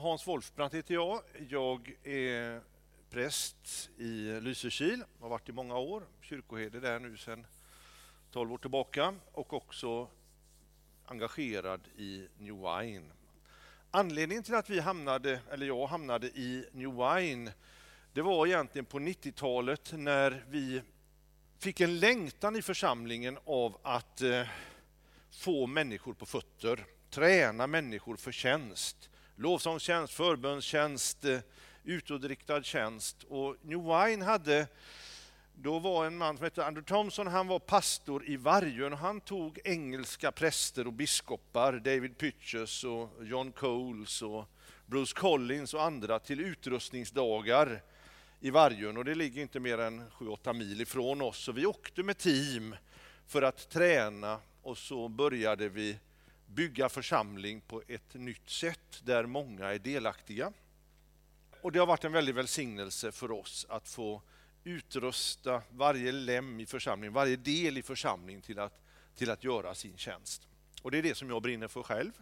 Hans Wolfbrandt heter jag. Jag är präst i Lysekil, har varit i många år, kyrkoherde där nu sedan 12 år tillbaka och också engagerad i New Wine. Anledningen till att jag hamnade i New Wine, det var egentligen på 90-talet när vi fick en längtan i församlingen av att få människor på fötter, träna människor för tjänst. Lovsångstjänst, förbönstjänst, utåtriktad tjänst. Och New Wine då var en man som hette Andrew Thompson, han var pastor i Vargön och han tog engelska präster och biskopar, David Pytches och John Coles och Bruce Collins och andra till utrustningsdagar i Vargön. Och det ligger inte mer än 7-8 mil ifrån oss. Så vi åkte med team för att träna och så började vi bygga församling på ett nytt sätt där många är delaktiga. Och det har varit en väldig välsignelse för oss att få utrusta varje lem i församlingen, varje del i församlingen till att göra sin tjänst. Och det är det som jag brinner för själv.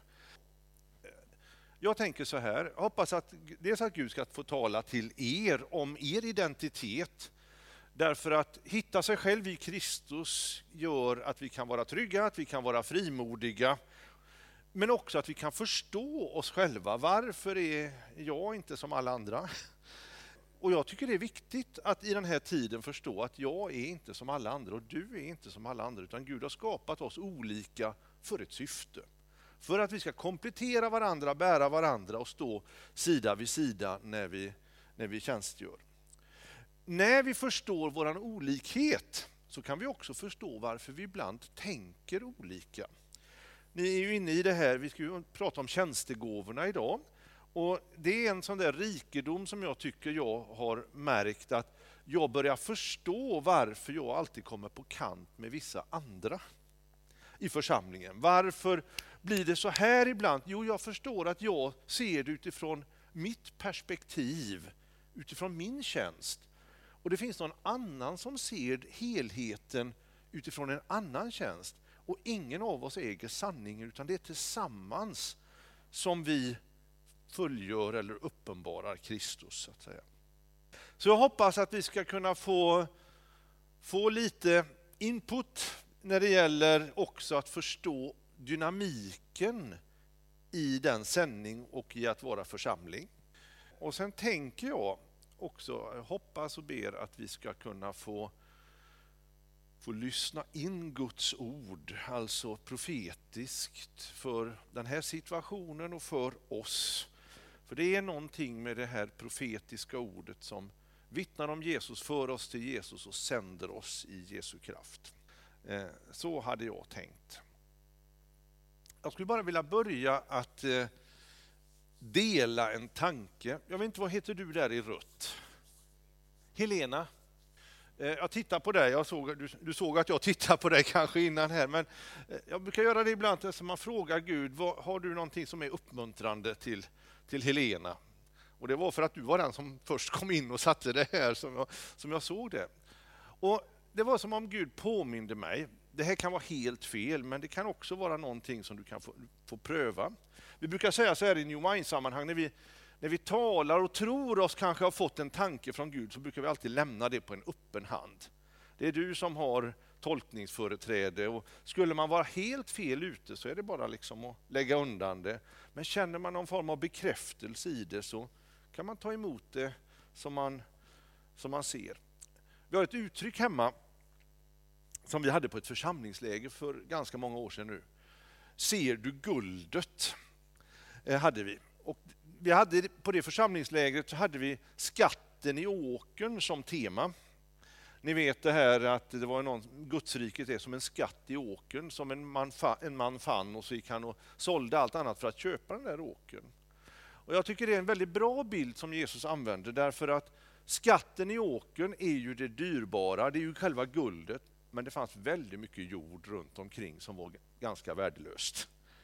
Jag tänker så här, jag hoppas att Gud ska få tala till er om er identitet. Därför att hitta sig själv i Kristus gör att vi kan vara trygga, att vi kan vara frimodiga. Men också att vi kan förstå oss själva. Varför är jag inte som alla andra? Och jag tycker det är viktigt att i den här tiden förstå att jag är inte som alla andra och du är inte som alla andra. Utan Gud har skapat oss olika för ett syfte. För att vi ska komplettera varandra, bära varandra och stå sida vid sida när vi tjänstgör. När vi förstår våran olikhet så kan vi också förstå varför vi ibland tänker olika. Ni är ju inne i det här, vi ska ju prata om tjänstegåvorna idag. Och det är en sån där rikedom som jag tycker jag har märkt att jag börjar förstå varför jag alltid kommer på kant med vissa andra i församlingen. Varför blir det så här ibland? Jo, jag förstår att jag ser det utifrån mitt perspektiv, utifrån min tjänst. Och det finns någon annan som ser helheten utifrån en annan tjänst. Och ingen av oss äger sanningen utan det är tillsammans som vi fullgör eller uppenbarar Kristus så att säga. Så jag hoppas att vi ska kunna få lite input när det gäller också att förstå dynamiken i den sändning och i att vara församling. Och sen tänker jag också, hoppas och ber att vi ska kunna få lyssna in Guds ord, alltså profetiskt för den här situationen och för oss. För det är någonting med det här profetiska ordet som vittnar om Jesus, för oss till Jesus och sänder oss i Jesu kraft. Så hade jag tänkt. Jag skulle bara vilja börja att dela en tanke. Jag vet inte, vad heter du där i rött? Helena? Jag tittar på dig, du såg att jag tittar på dig kanske innan här, men jag brukar göra det ibland så man frågar Gud, har du någonting som är uppmuntrande till Helena? Och det var för att du var den som först kom in och satte det här som jag såg det. Och det var som om Gud påminde mig, det här kan vara helt fel, men det kan också vara någonting som du kan få pröva. Vi brukar säga så här i New Wine-sammanhang, när vi talar och tror oss kanske ha fått en tanke från Gud så brukar vi alltid lämna det på en öppen hand. Det är du som har tolkningsföreträde och skulle man vara helt fel ute så är det bara liksom att lägga undan det. Men känner man någon form av bekräftelse i det så kan man ta emot det som man ser. Vi har ett uttryck hemma som vi hade på ett församlingsläger för ganska många år sedan nu. Ser du guldet? Hade vi. Och vi hade på det församlingslägret så hade vi skatten i åkern som tema. Ni vet det här att det var Gudsriket är som en skatt i åkern som en man fann och så gick han och sålde allt annat för att köpa den där åkern. Och jag tycker det är en väldigt bra bild som Jesus använder därför att skatten i åkern är ju det dyrbara, det är ju själva guldet, men det fanns väldigt mycket jord runt omkring som var ganska värdelöst.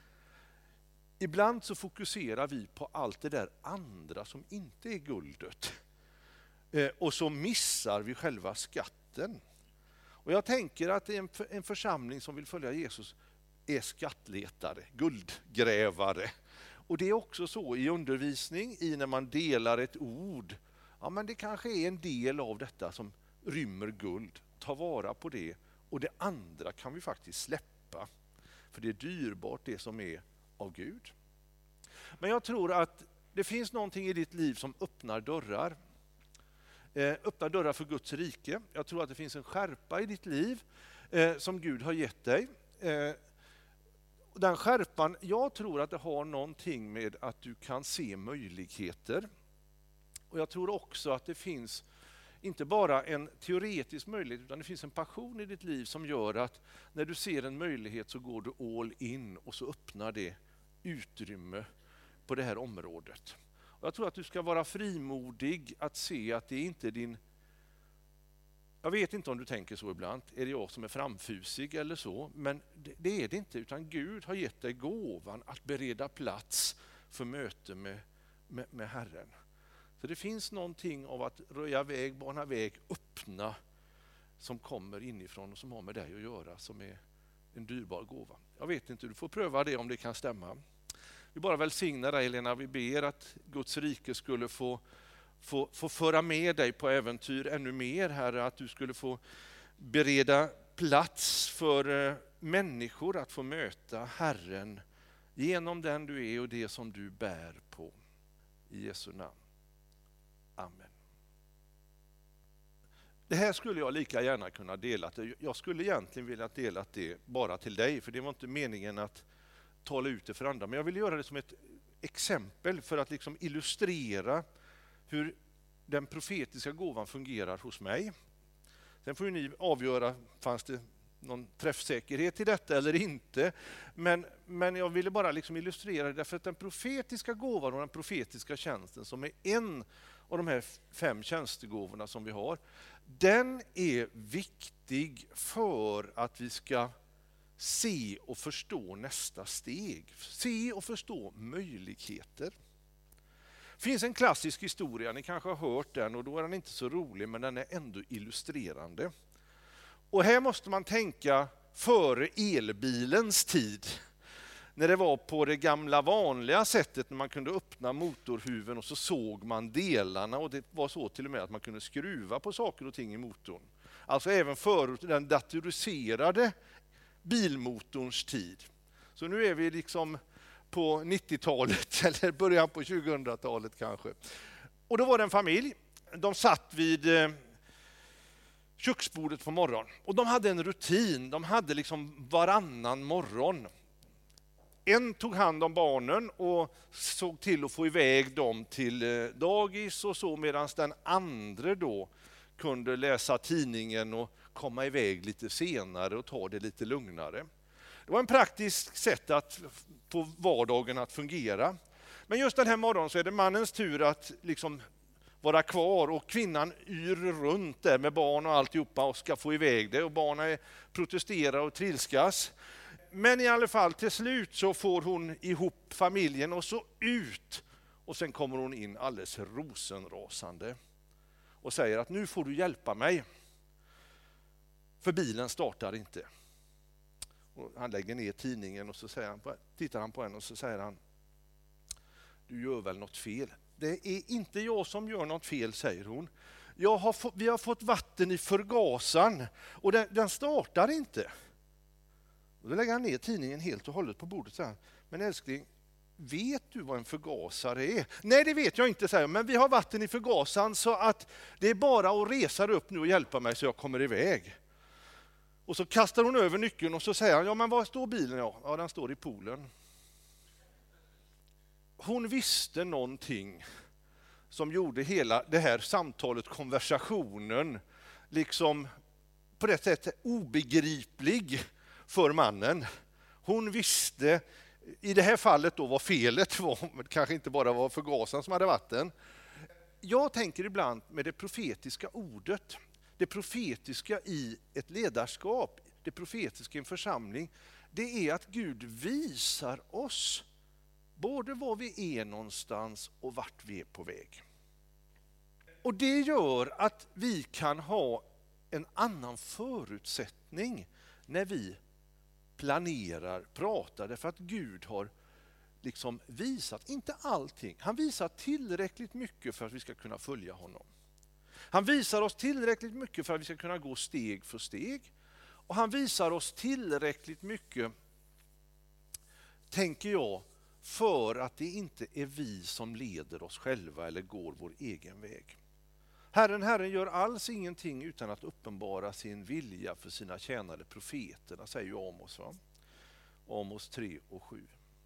Ibland så fokuserar vi på allt det där andra som inte är guldet. Och så missar vi själva skatten. Och jag tänker att en församling som vill följa Jesus är skattletare, guldgrävare. Och det är också så i undervisning, i när man delar ett ord. Ja, men det kanske är en del av detta som rymmer guld. Ta vara på det. Och det andra kan vi faktiskt släppa. För det är dyrbart det som är av Gud. Men jag tror att det finns någonting i ditt liv som öppnar dörrar. Öppnar dörrar för Guds rike. Jag tror att det finns en skärpa i ditt liv som Gud har gett dig. Den skärpan, jag tror att det har någonting med att du kan se möjligheter. Och jag tror också att det finns inte bara en teoretisk möjlighet, utan det finns en passion i ditt liv som gör att när du ser en möjlighet så går du all in och så öppnar det utrymme på det här området. Och jag tror att du ska vara frimodig att se att det är inte din... Jag vet inte om du tänker så ibland, är det jag som är framfusig eller så, men det är det inte, utan Gud har gett dig gåvan att bereda plats för möte med Herren. Så det finns någonting av att röja väg, bana väg, öppna som kommer inifrån och som har med dig att göra, som är en dyrbar gåva. Jag vet inte, du får pröva det om det kan stämma. Vi bara välsignar dig, Helena, vi ber att Guds rike skulle få föra med dig på äventyr ännu mer, Herre, att du skulle få bereda plats för människor att få möta Herren genom den du är och det som du bär på. I Jesu namn. Amen. Det här skulle jag lika gärna kunna dela. Jag skulle egentligen vilja dela det bara till dig, för det var inte meningen att tala ut det för andra. Men jag vill göra det som ett exempel för att liksom illustrera hur den profetiska gåvan fungerar hos mig. Sen får ju ni avgöra, fanns det någon träffsäkerhet i detta eller inte. Men jag ville bara liksom illustrera det, därför att den profetiska gåvan och den profetiska tjänsten, som är en av de här 5 tjänstegåvorna som vi har, den är viktig för att vi ska se och förstå nästa steg. Se och förstå möjligheter. Det finns en klassisk historia, ni kanske har hört den och då är den inte så rolig, men den är ändå illustrerande. Och här måste man tänka före elbilens tid. När det var på det gamla vanliga sättet när man kunde öppna motorhuven och så såg man delarna, och det var så till och med att man kunde skruva på saker och ting i motorn. Alltså även förut den datoriserade bilmotorns tid. Så nu är vi liksom på 90-talet eller början på 2000-talet kanske. Och då var det en familj. De satt vid köksbordet på morgonen. Och de hade en rutin. De hade liksom varannan morgon. En tog hand om barnen och såg till att få iväg dem till dagis och så, medan den andra då kunde läsa tidningen och komma iväg lite senare och ta det lite lugnare. Det var en praktisk sätt att få vardagen att fungera. Men just den här morgonen så är det mannens tur att liksom vara kvar, och kvinnan yr runt där med barn och alltihopa och ska få iväg det, och barnen protesterar och trilskas. Men i alla fall till slut så får hon ihop familjen och så ut, och sen kommer hon in alldeles rosenrasande och säger att nu får du hjälpa mig, för bilen startar inte. Och han lägger ner tidningen och så tittar han på henne och så säger han: du gör väl något fel? Det är inte jag som gör något fel, säger hon. Vi har fått vatten i förgasaren och den startar inte. Och då lägger han ner tidningen helt och hållet på bordet och säger: men älskling, vet du vad en förgasare är? Nej, det vet jag inte, säger jag, men vi har vatten i förgasaren så att det är bara att resa upp nu och hjälpa mig så jag kommer iväg. Och så kastar hon över nyckeln och så säger han: ja, men var står bilen? Ja, den står i poolen. Hon visste någonting som gjorde hela det här samtalet, konversationen, liksom på det sättet obegriplig för mannen. Hon visste i det här fallet då vad felet var, kanske inte bara var förgasaren som hade vatten. Jag tänker ibland med det profetiska ordet, det profetiska i ett ledarskap, det profetiska i en församling, det är att Gud visar oss både var vi är någonstans och vart vi är på väg. Och det gör att vi kan ha en annan förutsättning när vi planerar, pratar, därför att Gud har liksom visat, inte allting, han visar tillräckligt mycket för att vi ska kunna följa honom. Han visar oss tillräckligt mycket för att vi ska kunna gå steg för steg. Och han visar oss tillräckligt mycket, tänker jag, för att det inte är vi som leder oss själva eller går vår egen väg. Herren gör alls ingenting utan att uppenbara sin vilja för sina tjänade profeterna, säger ju Amos, va? Amos 3 och 7.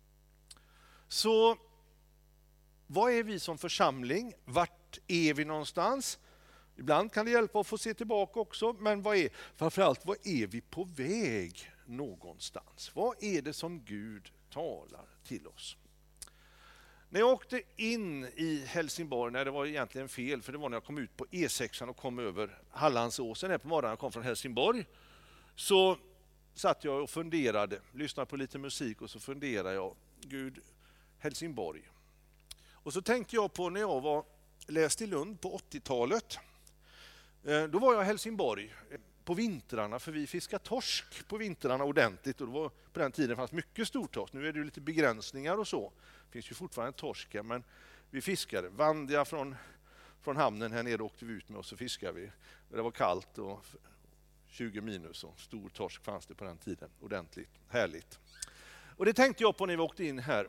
Så vad är vi som församling? Vart är vi någonstans? Ibland kan det hjälpa att få se tillbaka också, men framförallt vad är vi på väg någonstans? Vad är det som Gud talar till oss? När jag åkte in i Helsingborg, det var egentligen fel, för det var när jag kom ut på E6 och kom över Hallandsåsen här på morgonen, jag kom från Helsingborg, så satt jag och funderade, lyssnade på lite musik och så funderade jag, Gud, Helsingborg. Och så tänkte jag på när jag läste i Lund på 80-talet. Då var jag i Helsingborg på vintrarna, för vi fiskar torsk på vintrarna ordentligt. Och det var på den tiden fanns mycket stortorsk. Nu är det ju lite begränsningar och så. Det finns ju fortfarande torsk, men vi fiskade. Vandiga från hamnen här nere åkte vi ut med och så fiskade vi. Det var kallt och 20 minus och stor torsk fanns det på den tiden. Ordentligt, härligt. Och det tänkte jag på när vi åkte in här.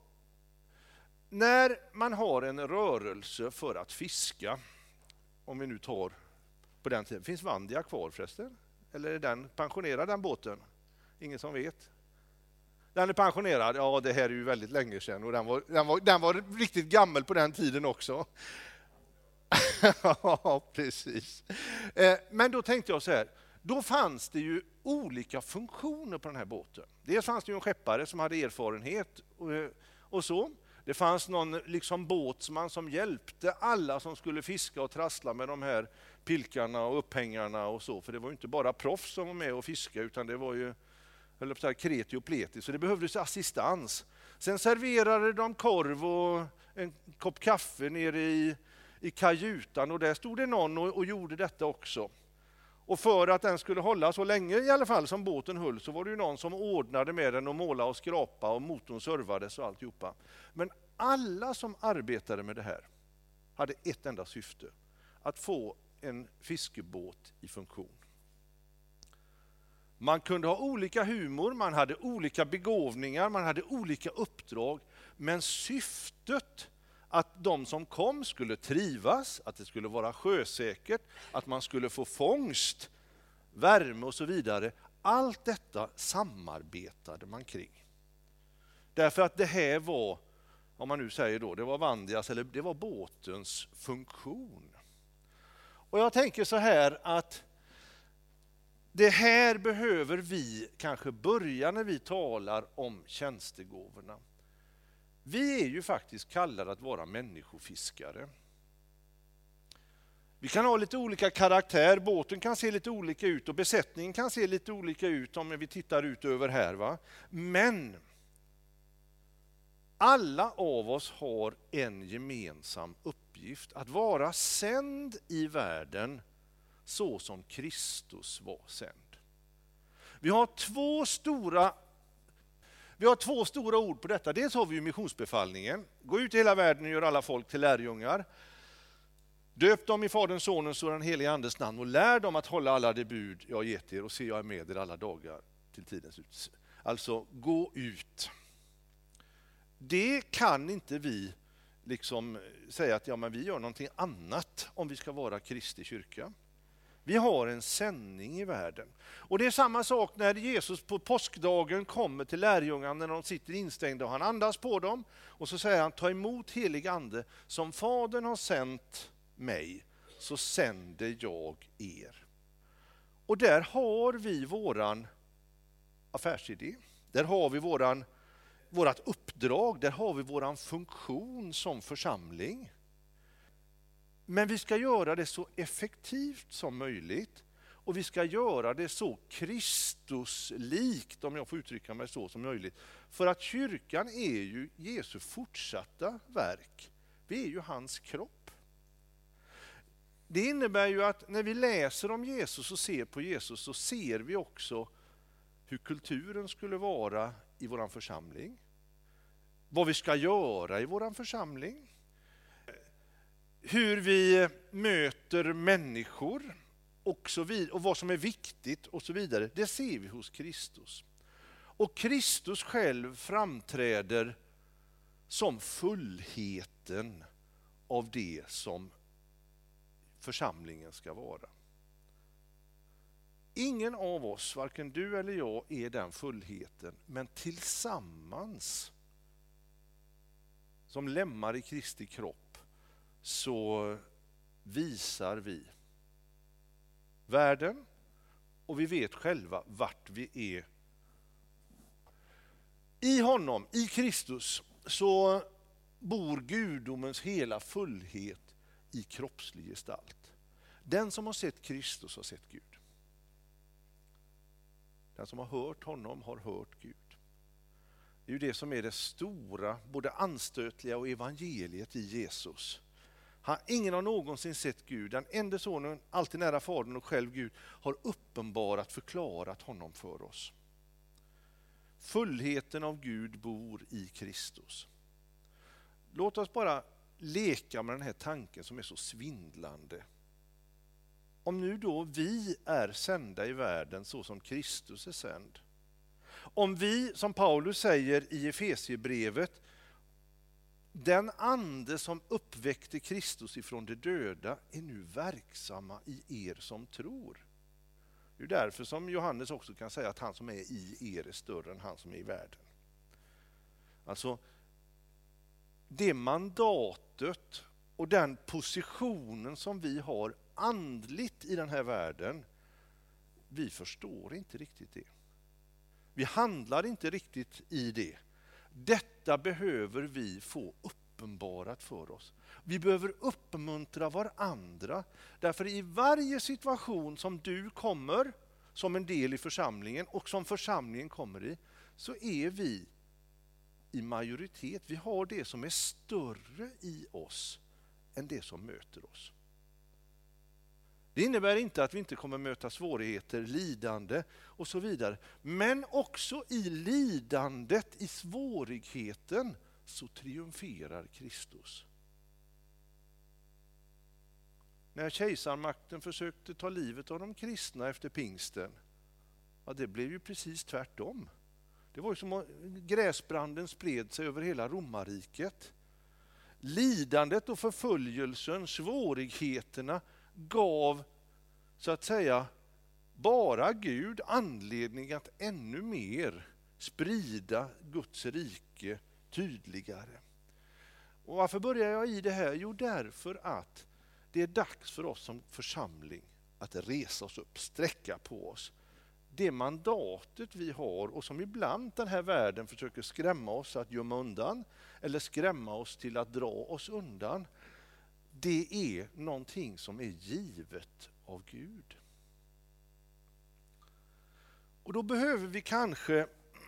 När man har en rörelse för att fiska, om vi nu tar på den tiden, finns Vandia kvar förresten? Eller är den pensionerad, den båten? Ingen som vet? Den är pensionerad, ja det här är ju väldigt länge sedan och den var riktigt gammal på den tiden också. Ja, precis. Men då tänkte jag så här, då fanns det ju olika funktioner på den här båten. Dels fanns det ju en skeppare som hade erfarenhet och så. Det fanns någon liksom båtsman som hjälpte alla som skulle fiska och trassla med de här pilkarna och upphängarna och så. För det var ju inte bara proffs som var med och fiska, utan det var ju kreti och pleti. Så det behövdes assistans. Sen serverade de korv och en kopp kaffe nere i kajutan och där stod det någon och gjorde detta också. Och för att den skulle hålla så länge i alla fall som båten höll, så var det ju någon som ordnade med den och måla och skrapa och motorn servades och alltihopa. Men alla som arbetade med det här hade ett enda syfte: att få en fiskebåt i funktion. Man kunde ha olika humor, man hade olika begåvningar, man hade olika uppdrag, men syftet att de som kom skulle trivas, att det skulle vara sjösäkert, att man skulle få fångst, värme och så vidare. Allt detta samarbetade man kring. Därför att det här var, om man nu säger då, det var Vandias, eller det var båtens funktion. Och jag tänker så här att det här behöver vi kanske börja när vi talar om tjänstegåvorna. Vi är ju faktiskt kallade att vara människofiskare. Vi kan ha lite olika karaktär, båten kan se lite olika ut och besättningen kan se lite olika ut om vi tittar ut över här, va? Men alla av oss har en gemensam uppgift, att vara sänd i världen så som Kristus var sänd. Vi har två stora ord på detta. Dels har vi ju missionsbefallningen. Gå ut i hela världen och gör alla folk till lärjungar. Döp dem i Faderns, Sonens och den helige Andes namn och lär dem att hålla alla de bud jag gett er och se jag är med er alla dagar till tidens ut. Alltså gå ut. Det kan inte vi liksom säga att men vi gör någonting annat om vi ska vara Kristi kyrka. Vi har en sändning i världen. Och det är samma sak när Jesus på påskdagen kommer till lärjungarna när de sitter instängda och han andas på dem. Och så säger han, ta emot helig ande, som Fadern har sänt mig så sänder jag er. Och där har vi våran affärsidé. Där har vi vårat uppdrag, där har vi våran funktion som församling. Men vi ska göra det så effektivt som möjligt och vi ska göra det så Kristuslikt, om jag får uttrycka mig så, som möjligt. För att kyrkan är ju Jesu fortsatta verk. Vi är ju hans kropp. Det innebär ju att när vi läser om Jesus och ser på Jesus så ser vi också hur kulturen skulle vara i våran församling. vad vi ska göra i vår församling, hur vi möter människor och så vidare, och vad som är viktigt och så vidare. Det ser vi hos Kristus. Och Kristus själv framträder som fullheten av det som församlingen ska vara. Ingen av oss, varken du eller jag, är den fullheten, men tillsammans som lemmar i Kristi kropp så visar vi världen, och vi vet själva vart vi är. I honom, i Kristus, så bor gudomens hela fullhet i kroppslig gestalt. Den som har sett Kristus har sett Gud. Den som har hört honom har hört Gud. Det är ju det som är det stora, både anstötliga och evangeliet i Jesus. Ingen har någonsin sett Gud. Den enda sonen, alltid nära Fadern och själv Gud, har uppenbarat, förklarat honom för oss. Fullheten av Gud bor i Kristus. Låt oss bara leka med den här tanken som är så svindlande. Om nu då vi är sända i världen så som Kristus är sänd. Om vi, som Paulus säger i Efesiebrevet, den ande som uppväckte Kristus ifrån de döda är nu verksamma i er som tror. Det är därför som Johannes också kan säga att han som är i er är större än han som är i världen. Alltså, det mandatet och den positionen som vi har andligt i den här världen, vi förstår inte riktigt det. Vi handlar inte riktigt i det. Detta behöver vi få uppenbarat för oss. Vi behöver uppmuntra varandra. Därför i varje situation som du kommer som en del i församlingen och som församlingen kommer i, så är vi i majoritet. Vi har det som är större i oss än det som möter oss. Det innebär inte att vi inte kommer möta svårigheter, lidande och så vidare. Men också i lidandet, i svårigheten, så triumferar Kristus. När kejsarmakten försökte ta livet av de kristna efter pingsten, ja, det blev ju precis tvärtom. Det var ju som att gräsbranden spred sig över hela romarriket. Lidandet och förföljelsen, svårigheterna gav så att säga bara Gud anledning att ännu mer sprida Guds rike tydligare. Och varför börjar jag i det här? Jo, därför att det är dags för oss som församling att resa oss upp, sträcka på oss. Det mandatet vi har och som ibland den här världen försöker skrämma oss att gömma undan eller skrämma oss till att dra oss undan. Det är någonting som är givet av Gud. Och då behöver vi kanske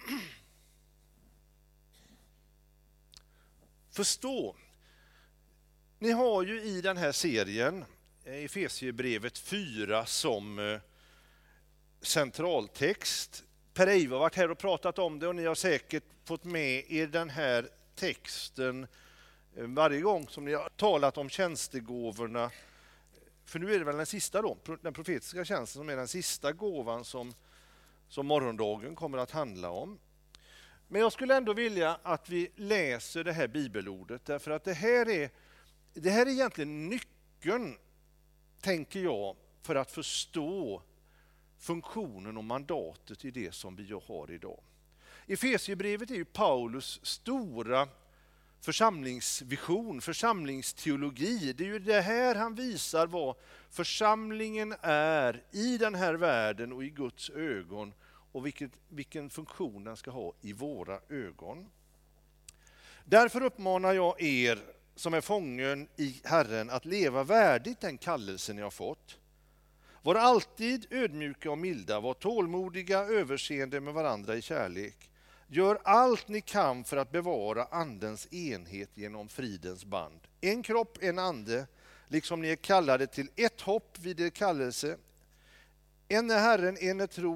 förstå. Ni har ju i den här serien Efesiebrevet 4 som centraltext. Per Eiv har varit här och pratat om det och ni har säkert fått med er den här texten varje gång som ni har talat om tjänstegåvorna. För nu är det väl den sista då, den profetiska tjänsten som är den sista gåvan som morgondagen kommer att handla om. Men jag skulle ändå vilja att vi läser det här bibelordet därför att det här är egentligen nyckeln, tänker jag, för att förstå funktionen och mandatet i det som vi har idag. Efesiebrevet är ju Paulus stora församlingsvision, församlingsteologi. Det är ju det här han visar vad församlingen är i den här världen och i Guds ögon och vilken funktion den ska ha i våra ögon. Därför uppmanar jag er som är fången i Herren att leva värdigt den kallelse ni har fått. Var alltid ödmjuka och milda, var tålmodiga, överseende med varandra i kärlek. Gör allt ni kan för att bevara andens enhet genom fridens band. En kropp, en ande, liksom ni är kallade till ett hopp vid er kallelse. En är Herren, en är tron,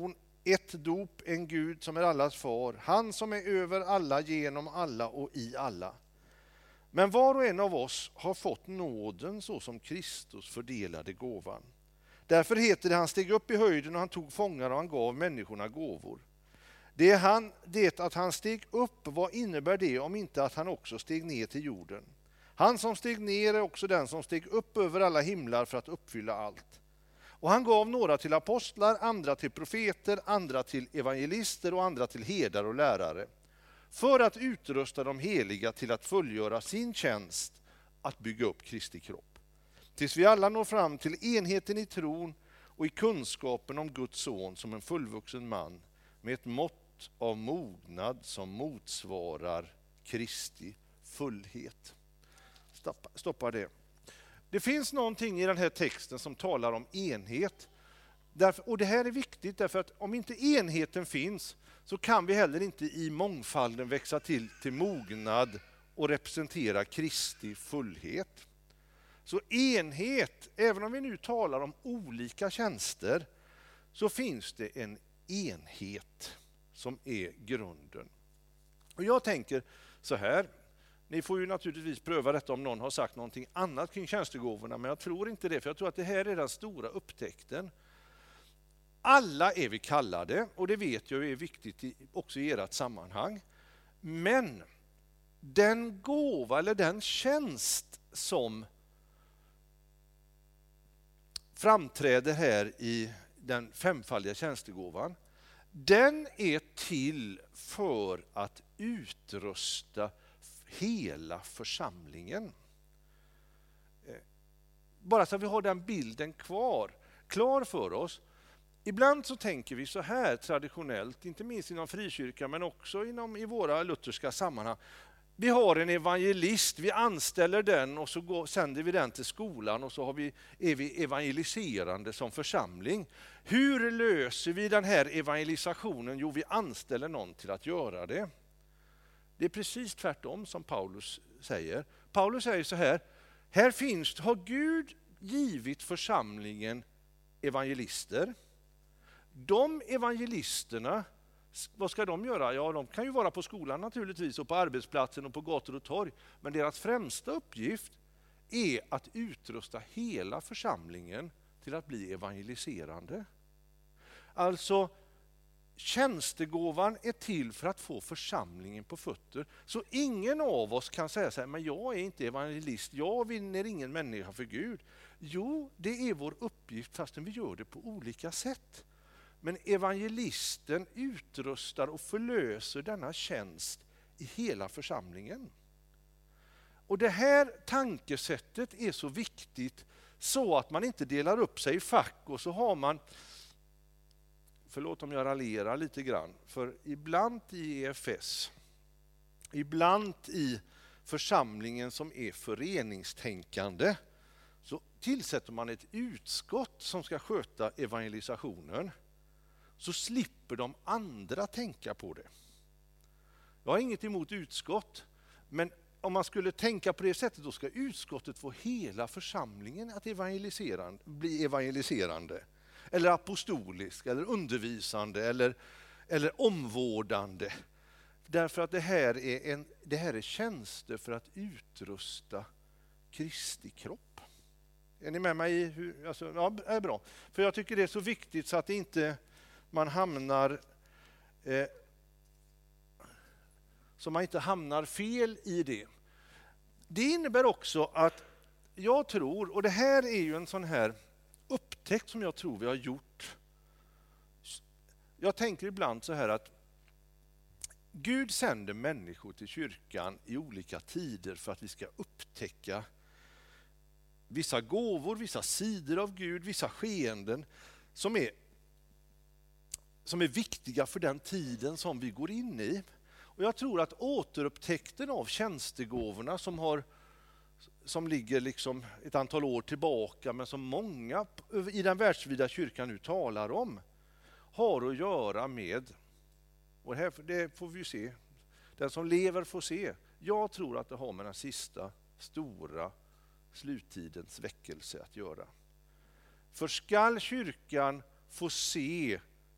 ett dop, en Gud som är allas far, han som är över alla, genom alla och i alla. Men var och en av oss har fått nåden så som Kristus fördelade gåvan. Därför heter det, han steg upp i höjden och han tog fångar och han gav människorna gåvor. Det att han steg upp, vad innebär det om inte att han också steg ner till jorden? Han som steg ner är också den som steg upp över alla himlar för att uppfylla allt. Och han gav några till apostlar, andra till profeter, andra till evangelister och andra till herdar och lärare. För att utrusta de heliga till att fullgöra sin tjänst att bygga upp Kristi kropp. Tills vi alla når fram till enheten i tron och i kunskapen om Guds son som en fullvuxen man med ett mått av mognad som motsvarar Kristi fullhet. Stoppa det. Det finns någonting i den här texten som talar om enhet. Och det här är viktigt därför att om inte enheten finns så kan vi heller inte i mångfalden växa till mognad och representera Kristi fullhet. Så enhet, även om vi nu talar om olika tjänster, så finns det en enhet som är grunden. Och jag tänker så här, ni får ju naturligtvis pröva detta om någon har sagt någonting annat kring tjänstegåvorna, men jag tror inte det, för jag tror att det här är den stora upptäckten. Alla är vi kallade, och det vet jag är viktigt också i ert sammanhang. Men den gåva eller den tjänst som framträder här i den femfaldiga tjänstegåvan, den är till för att utrusta hela församlingen. Bara så att vi har den bilden klar för oss. Ibland så tänker vi så här traditionellt, inte minst inom frikyrkan men också i våra lutherska sammanhang. Vi har en evangelist, vi anställer den och så sänder vi den till skolan och så är vi evangeliserande som församling. Hur löser vi den här evangelisationen? Jo, vi anställer någon till att göra det. Det är precis tvärtom som Paulus säger. Paulus säger så här, har Gud givit församlingen evangelister. De evangelisterna, vad ska de göra? Ja, de kan ju vara på skolan naturligtvis och på arbetsplatsen och på gator och torg. Men deras främsta uppgift är att utrusta hela församlingen till att bli evangeliserande. Alltså, tjänstegåvan är till för att få församlingen på fötter. Så ingen av oss kan säga så här, men jag är inte evangelist, jag vinner ingen människa för Gud. Jo, det är vår uppgift fastän vi gör det på olika sätt. Men evangelisten utrustar och förlöser denna tjänst i hela församlingen. Och det här tankesättet är så viktigt så att man inte delar upp sig i fack och så har man, förlåt om jag raljerar lite grann, för ibland i EFS, ibland i församlingen som är föreningstänkande, så tillsätter man ett utskott som ska sköta evangelisationen. Så slipper de andra tänka på det. Jag har inget emot utskott, men om man skulle tänka på det sättet, då ska utskottet få hela församlingen att bli evangeliserande. Eller apostolisk, eller undervisande, eller omvårdande. Därför att det här är tjänster för att utrusta Kristi kropp. Är ni med mig? Ja, det är bra. För jag tycker det är så viktigt så att inte man hamnar fel i det. Det innebär också att jag tror, och det här är ju en sån här upptäckt som jag tror vi har gjort. Jag tänker ibland så här att Gud sänder människor till kyrkan i olika tider för att vi ska upptäcka vissa gåvor, vissa sidor av Gud, vissa skeenden som är viktiga för den tiden som vi går in i. Och jag tror att återupptäckten av tjänstegåvorna som ligger liksom ett antal år tillbaka, men som många i den världsvida kyrkan nu talar om, har att göra med, och det får vi ju se, den som lever får se. Jag tror att det har med den sista stora sluttidens väckelse att göra. För skall kyrkan få se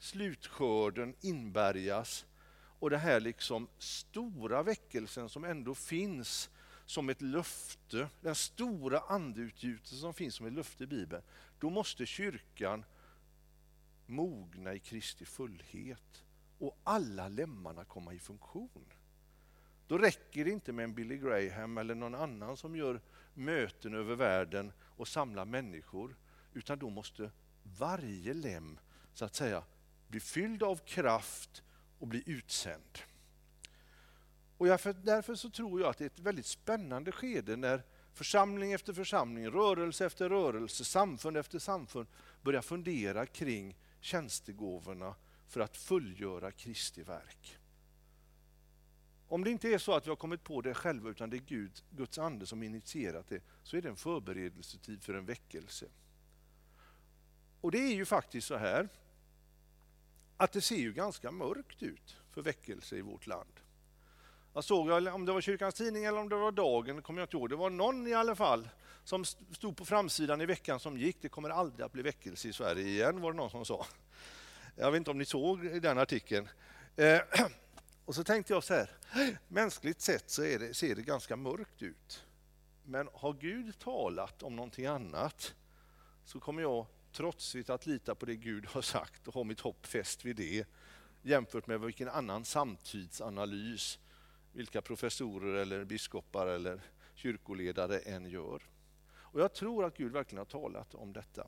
slutskörden inbärgas och det här liksom stora väckelsen som ändå finns som ett löfte, den stora andeutgjutelsen som finns som ett löfte i Bibeln, då måste kyrkan mogna i Kristi fullhet och alla lemmarna komma i funktion. Då räcker det inte med en Billy Graham eller någon annan som gör möten över världen och samlar människor, utan då måste varje lem så att säga bli fylld av kraft och bli utsänd. Och därför så tror jag att det är ett väldigt spännande skede när församling efter församling, rörelse efter rörelse, samfund efter samfund börjar fundera kring tjänstegåvorna för att fullgöra Kristi verk. Om det inte är så att vi har kommit på det själva utan det är Guds ande som initierat det, så är det en förberedelsetid för en väckelse. Och det är ju faktiskt så här att det ser ju ganska mörkt ut för väckelse i vårt land. Jag såg, om det var Kyrkans tidning eller om det var Dagen, kommer jag inte ihåg. Det var någon i alla fall som stod på framsidan i veckan som gick. Det kommer aldrig att bli väckelse i Sverige igen, var det någon som sa. Jag vet inte om ni såg den artikeln. Och så tänkte jag så här, mänskligt sett så ser det ganska mörkt ut. Men har Gud talat om någonting annat så kommer jag trotsigt att lita på det Gud har sagt och ha mitt hopp fäst vid det, jämfört med vilken annan samtidsanalys vilka professorer eller biskopar eller kyrkoledare än gör. Och jag tror att Gud verkligen har talat om detta.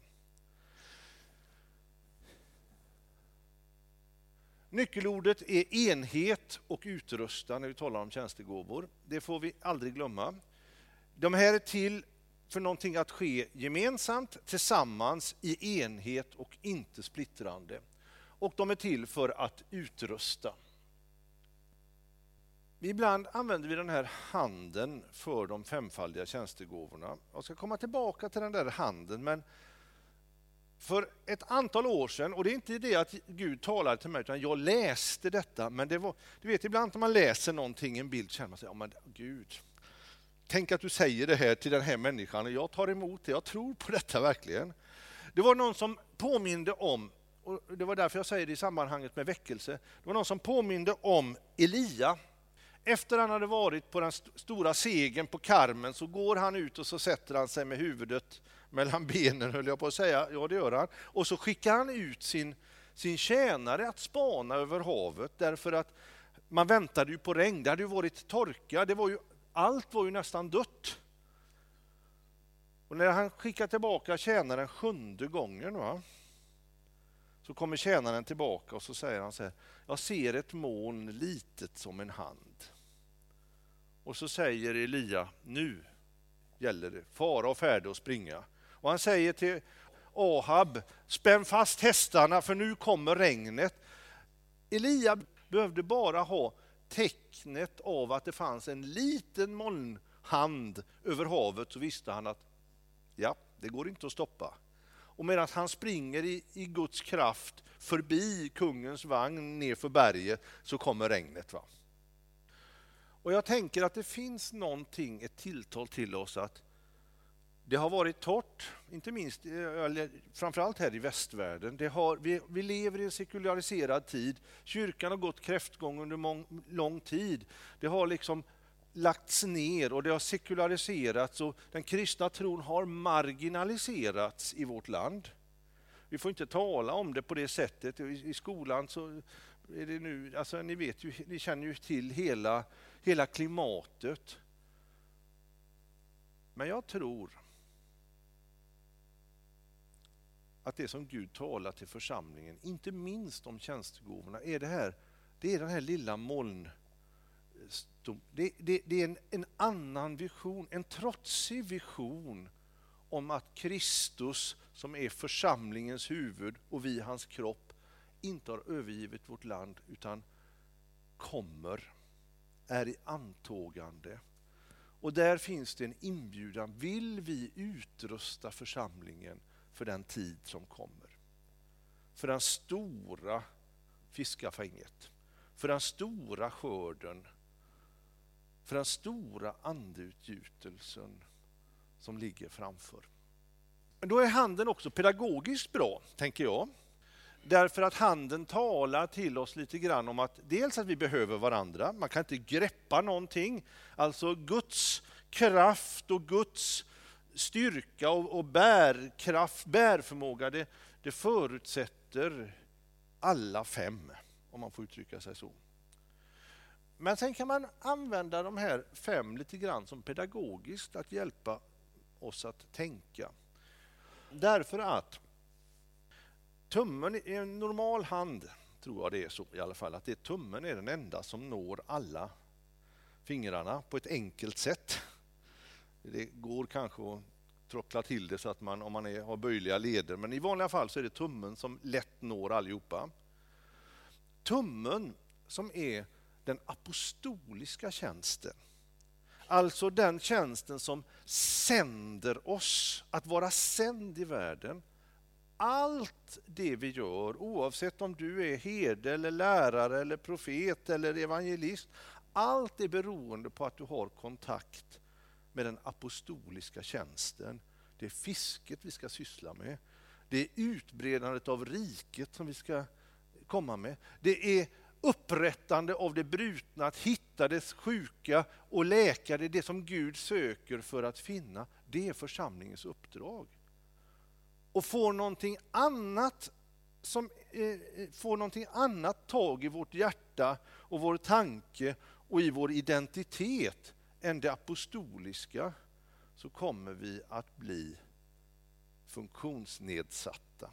Nyckelordet är enhet och utrusta när vi talar om tjänstegåvor. Det får vi aldrig glömma. De här är till för någonting att ske gemensamt, tillsammans, i enhet och inte splittrande. Och de är till för att utrusta. Ibland använder vi den här handen för de femfaldiga tjänstegåvorna. Jag ska komma tillbaka till den där handen, men för ett antal år sedan, och det är inte det att Gud talade till mig utan jag läste detta, men det var, du vet ibland när man läser någonting, en bild, känner man sig, ja men Gud, tänk att du säger det här till den här människan och jag tar emot det, jag tror på detta verkligen. Det var någon som påminde om, och det var därför jag säger det i sammanhanget med väckelse, det var någon som påminde om Elia. Efter han hade varit på den stora segern på Karmen så går han ut och så sätter han sig med huvudet mellan benen, höll jag på att säga. Ja, det gör han. Och så skickar han ut sin tjänare att spana över havet, därför att man väntade ju på regn. Det hade ju varit torka. Allt var ju nästan dött. Och när han skickar tillbaka tjänaren 7:e gången, så kommer tjänaren tillbaka och så säger han så här: jag ser ett moln litet som en hand. Och så säger Elia, nu gäller det, fara och färde och springa. Och han säger till Ahab, spänn fast hästarna för nu kommer regnet. Elia behövde bara ha tecknet av att det fanns en liten molnhand över havet, så visste han att ja, det går inte att stoppa. Och medan han springer i Guds kraft förbi kungens vagn ner för berget så kommer regnet. Och jag tänker att det finns någonting, ett tilltal till oss att det har varit torrt, inte minst, framförallt här i västvärlden. Vi lever i en sekulariserad tid. Kyrkan har gått kräftgång under lång tid. Det har liksom lagts ner och det har sekulariserats och den kristna tron har marginaliserats i vårt land. Vi får inte tala om det på det sättet. I skolan så är det nu, alltså ni vet ju, ni känner ju till hela klimatet. Men jag tror att det som Gud talar till församlingen, inte minst om tjänstegåvorna, är den här lilla moln. Det är en annan vision, en trotsig vision om att Kristus, som är församlingens huvud och vi hans kropp, inte har övergivit vårt land utan är i antågande. Och där finns det en inbjudan. Vill vi utrusta församlingen för den tid som kommer? För den stora fiskafänget, för den stora skörden, för den stora andeutgjutelsen som ligger framför. Men då är handen också pedagogiskt bra, tänker jag. Därför att handen talar till oss lite grann om att dels att vi behöver varandra, man kan inte greppa någonting. Alltså Guds kraft och Guds styrka och bärförmåga, det förutsätter alla 5, om man får uttrycka sig så. Men sen kan man använda de här 5 lite grann som pedagogiskt att hjälpa oss att tänka. Därför att tummen i en normal hand, tror jag det är så i alla fall, att tummen är den enda som når alla fingrarna på ett enkelt sätt. Det går kanske att trockla till det så att man, om man har böjliga leder, men i vanliga fall så är det tummen som lätt når allihopa. Tummen som är den apostoliska tjänsten, alltså den tjänsten som sänder oss att vara sänd i världen. Allt det vi gör, oavsett om du är herde eller lärare eller profet eller evangelist, allt är beroende på att du har kontakt med den apostoliska tjänsten. Det är fisket vi ska syssla med. Det är utbredandet av riket som vi ska komma med. Det är upprättande av det brutna, att hitta det sjuka och läka det som Gud söker för att finna. Det är församlingens uppdrag. Och får någonting annat tag i vårt hjärta och vår tanke och i vår identitet än det apostoliska, så kommer vi att bli funktionsnedsatta.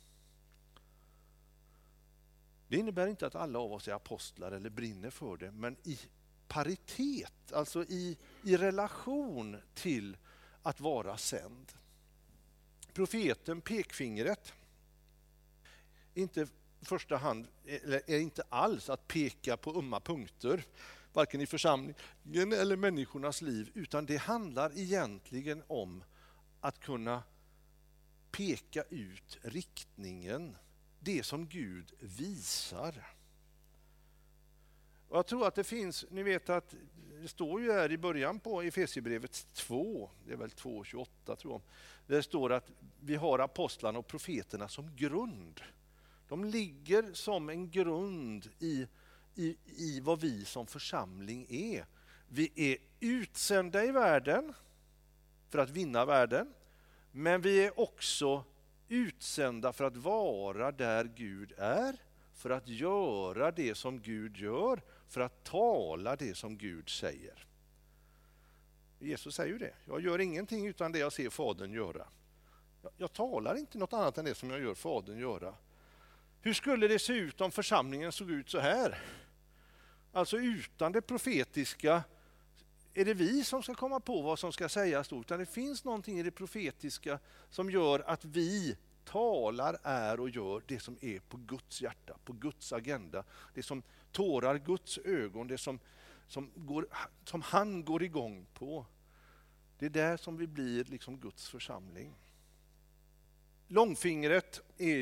Det innebär inte att alla av oss är apostlar eller brinner för det, men i paritet, alltså i relation till att vara sänd. Profeten, pekfingret, inte i första hand, eller är inte alls att peka på ömma punkter, varken i församlingen eller människornas liv, utan det handlar egentligen om att kunna peka ut riktningen, det som Gud visar. Och jag tror att det finns, ni vet att det står ju här i början på Efesierbrevet 2, det är väl 2:28 tror jag, det står att vi har apostlarna och profeterna som grund. De ligger som en grund i vad vi som församling är. Vi är utsända i världen för att vinna världen, men vi är också utsända för att vara där Gud är, för att göra det som Gud gör, för att tala det som Gud säger. Jesus säger ju det. Jag gör ingenting utan det jag ser Fadern göra. Jag talar inte något annat än det som jag gör Fadern göra. Hur skulle det se ut om församlingen såg ut så här? Alltså utan det profetiska är det vi som ska komma på vad som ska sägas då, utan det finns någonting i det profetiska som gör att vi talar, är och gör det som är på Guds hjärta, på Guds agenda, det som tårar Guds ögon, det som han går igång på. Det är där som vi blir liksom Guds församling. Långfingret är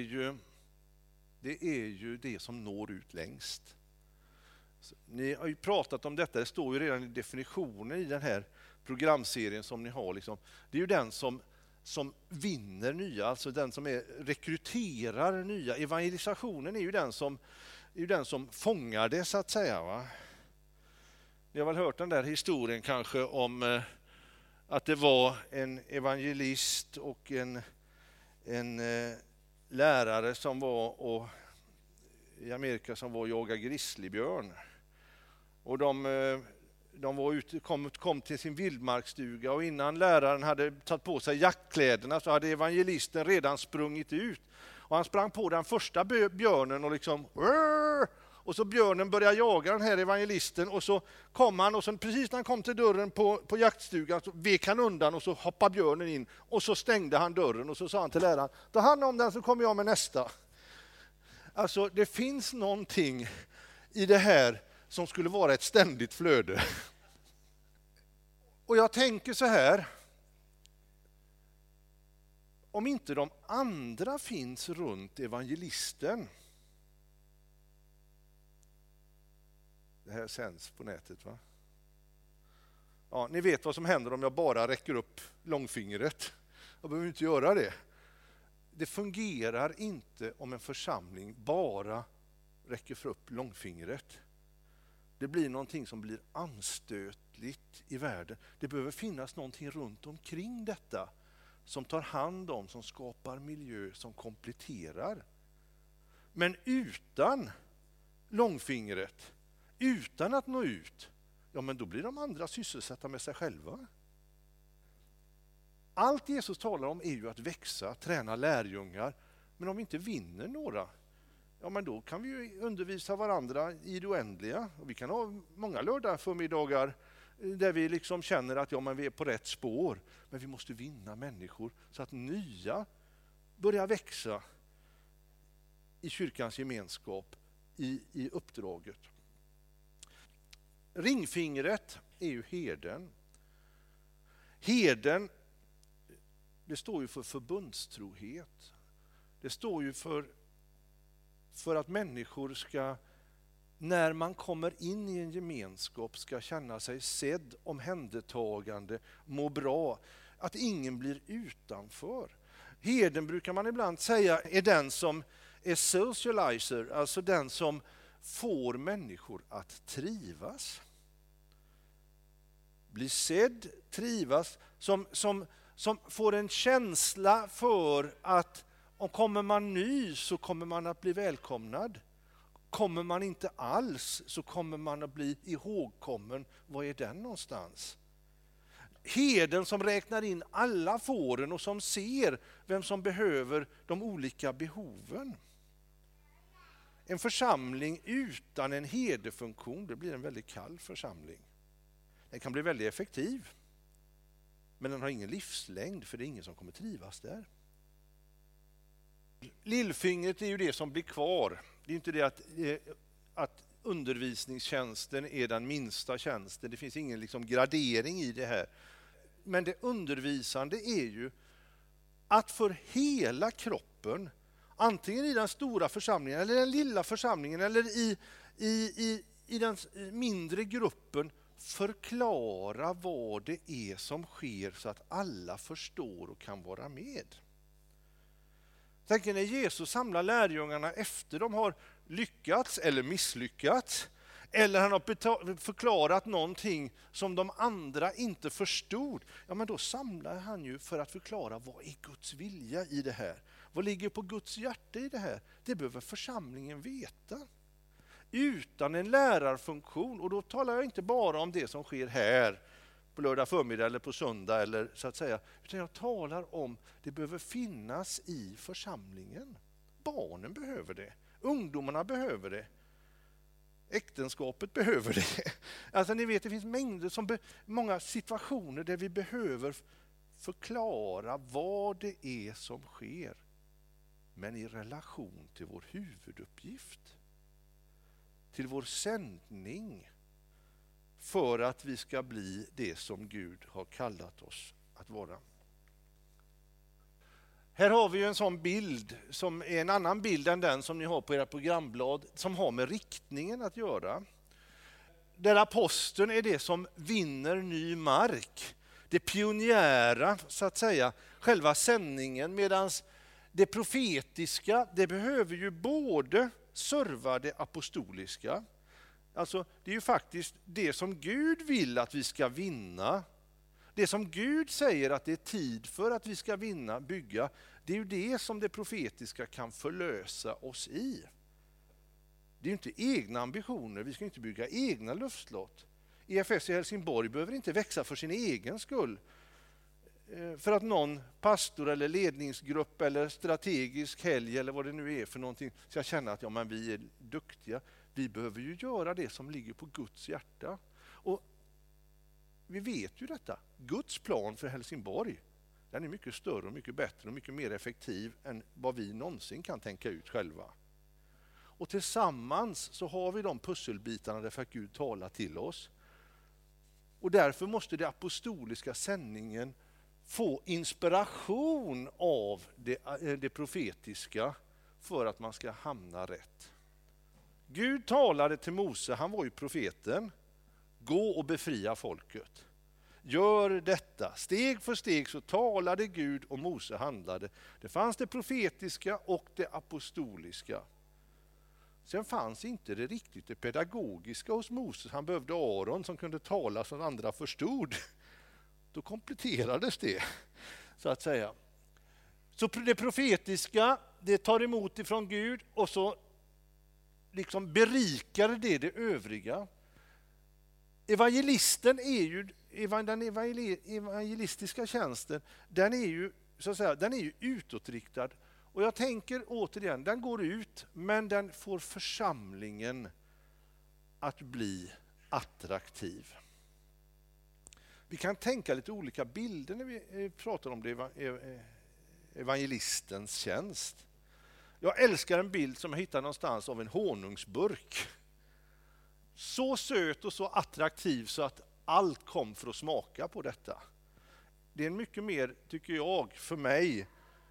ju det som når ut längst. Ni har ju pratat om detta, det står ju redan i definitionen i den här programserien som ni har. Liksom. Det är ju den som vinner nya, alltså den som rekryterar nya. Evangelisationen är ju den som fångar det, så att säga. Va? Ni har väl hört den där historien kanske om att det var en evangelist och en lärare som var i Amerika som var och jagade grizzlybjörn. Och de var ute, kom till sin vildmarksstuga, och innan läraren hade tagit på sig jaktkläderna så hade evangelisten redan sprungit ut. Och han sprang på den första björnen och liksom... Och så björnen började jaga den här evangelisten, och så kom han, och så precis när han kom till dörren på jaktstugan så vek han undan, och så hoppade björnen in, och så stängde han dörren, och så sa han till läraren: ta hand om den så kommer jag med nästa. Alltså det finns någonting i det här som skulle vara ett ständigt flöde. Och jag tänker så här, om inte de andra finns runt evangelisten. Det här sänds på nätet, va? Ja, ni vet vad som händer om jag bara räcker upp långfingret. Jag behöver inte göra det. Det fungerar inte om en församling bara räcker upp långfingret. Det blir någonting som blir anstötligt i världen. Det behöver finnas någonting runt omkring detta som tar hand om, som skapar miljö, som kompletterar. Men utan långfingret, utan att nå ut, ja men då blir de andra sysselsatta med sig själva. Allt Jesus talar om är ju att växa, träna lärjungar. Men om vi inte vinner några, ja men då kan vi ju undervisa varandra i det oändliga. Och vi kan ha många lördagförmiddagar där vi liksom känner att ja, men vi är på rätt spår. Men vi måste vinna människor så att nya börjar växa i kyrkans gemenskap, i uppdraget. Ringfingret är ju herden. Herden, det står ju för förbundstrohet. Det står ju för att människor ska, när man kommer in i en gemenskap, ska känna sig sedd, omhändertagande, må bra. Att ingen blir utanför. Herden brukar man ibland säga är den som är socializer, alltså den som får människor att trivas. Bli sedd, trivas, som får en känsla för att om kommer man ny så kommer man att bli välkomnad. Kommer man inte alls så kommer man att bli ihågkommen. Var är den någonstans? Herden som räknar in alla fåren och som ser vem som behöver de olika behoven. En församling utan en herdefunktion, det blir en väldigt kall församling. Den kan bli väldigt effektiv. Men den har ingen livslängd för det är ingen som kommer trivas där. Lillfingret är ju det som blir kvar. Det är inte det att undervisningstjänsten är den minsta tjänsten. Det finns ingen liksom gradering i det här. Men det undervisande är ju att för hela kroppen, antingen i den stora församlingen eller den lilla församlingen eller i den mindre gruppen, förklara vad det är som sker så att alla förstår och kan vara med. Tänk när Jesus samlar lärjungarna efter de har lyckats eller misslyckats, eller han har förklarat någonting som de andra inte förstod. Ja, men då samlar han ju för att förklara vad är Guds vilja i det här. Vad ligger på Guds hjärta i det här? Det behöver församlingen veta. Utan en lärarfunktion, och då talar jag inte bara om det som sker här på lördag förmiddag eller på söndag eller så att säga, utan jag talar om det behöver finnas i församlingen. Barnen behöver det, ungdomarna behöver det, äktenskapet behöver det. Alltså ni vet, det finns mängder många situationer där vi behöver förklara vad det är som sker, men i relation till vår huvuduppgift, till vår sändning, för att vi ska bli det som Gud har kallat oss att vara. Här har vi ju en sån bild som är en annan bild än den som ni har på era programblad, som har med riktningen att göra. Där aposteln är det som vinner ny mark. Det pionjära, så att säga, själva sändningen, medan det profetiska, det behöver ju både serva det apostoliska. Alltså det är ju faktiskt det som Gud vill att vi ska vinna. Det som Gud säger att det är tid för att vi ska vinna, bygga, det är ju det som det profetiska kan förlösa oss i. Det är ju inte egna ambitioner, vi ska inte bygga egna luftslott. EFS i Helsingborg behöver inte växa för sin egen skull. För att någon pastor eller ledningsgrupp eller strategisk helg eller vad det nu är för någonting ska känna att ja, men vi är duktiga. Vi behöver ju göra det som ligger på Guds hjärta. Och vi vet ju detta. Guds plan för Helsingborg, den är mycket större och mycket bättre och mycket mer effektiv än vad vi någonsin kan tänka ut själva. Och tillsammans så har vi de pusselbitarna därför att Gud talar till oss. Och därför måste det apostoliska sändningen få inspiration av det profetiska för att man ska hamna rätt. Gud talade till Mose, han var ju profeten. Gå och befria folket. Gör detta. Steg för steg så talade Gud och Mose handlade. Det fanns det profetiska och det apostoliska. Sen fanns inte det riktigt det pedagogiska hos Moses. Han behövde Aron som kunde tala så att andra förstod. Då kompletterades det, så att säga. Så det profetiska, det tar emot ifrån Gud och så liksom berikar det övriga. Evangelisten är ju, den evangelistiska tjänsten, den är ju, så att säga, den är ju utåtriktad. Och jag tänker återigen, den går ut, men den får församlingen att bli attraktiv. Vi kan tänka lite olika bilder när vi pratar om det, evangelistens tjänst. Jag älskar en bild som jag hittade någonstans av en honungsburk. Så söt och så attraktiv så att allt kom för att smaka på detta. Det är en mycket mer, tycker jag, för mig,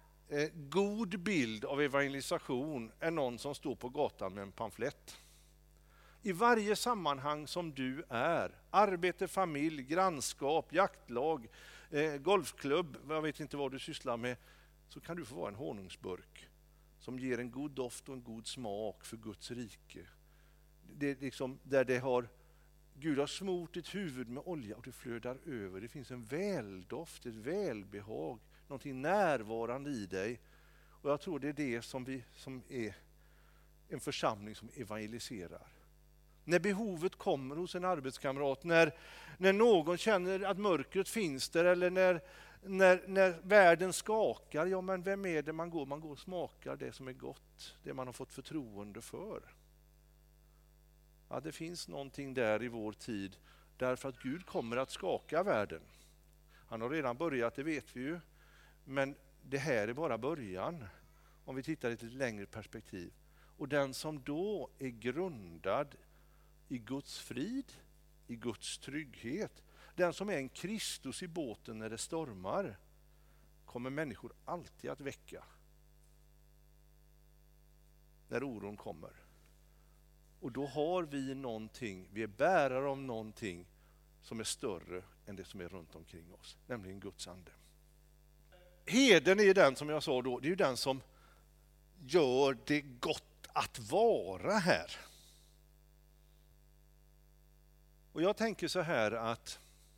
god bild av evangelisation än någon som står på gatan med en pamflett. I varje sammanhang som du är, arbete, familj, grannskap, jaktlag, golfklubb, jag vet inte vad du sysslar med, så kan du få vara en honungsburk som ger en god doft och en god smak för Guds rike. Det är liksom där det har, Gud har smort ditt huvud med olja och det flödar över. Det finns en väldoft, ett välbehag, någonting närvarande i dig. Och jag tror det är det som är en församling som evangeliserar. När behovet kommer hos en arbetskamrat, när någon känner att mörkret finns där, eller när världen skakar, ja men vem är det man går? Man går och smakar det som är gott, det man har fått förtroende för. Ja, det finns någonting där i vår tid, därför att Gud kommer att skaka världen. Han har redan börjat, det vet vi ju, men det här är bara början om vi tittar i ett lite längre perspektiv. Och den som då är grundad i Guds frid, i Guds trygghet, den som är en Kristus i båten när det stormar, kommer människor alltid att väcka när oron kommer. Och då har vi någonting, vi är bärare av någonting som är större än det som är runt omkring oss, nämligen Guds ande. Heden är den, som jag sa då, det är ju den som gör det gott att vara här. Och jag tänker så här att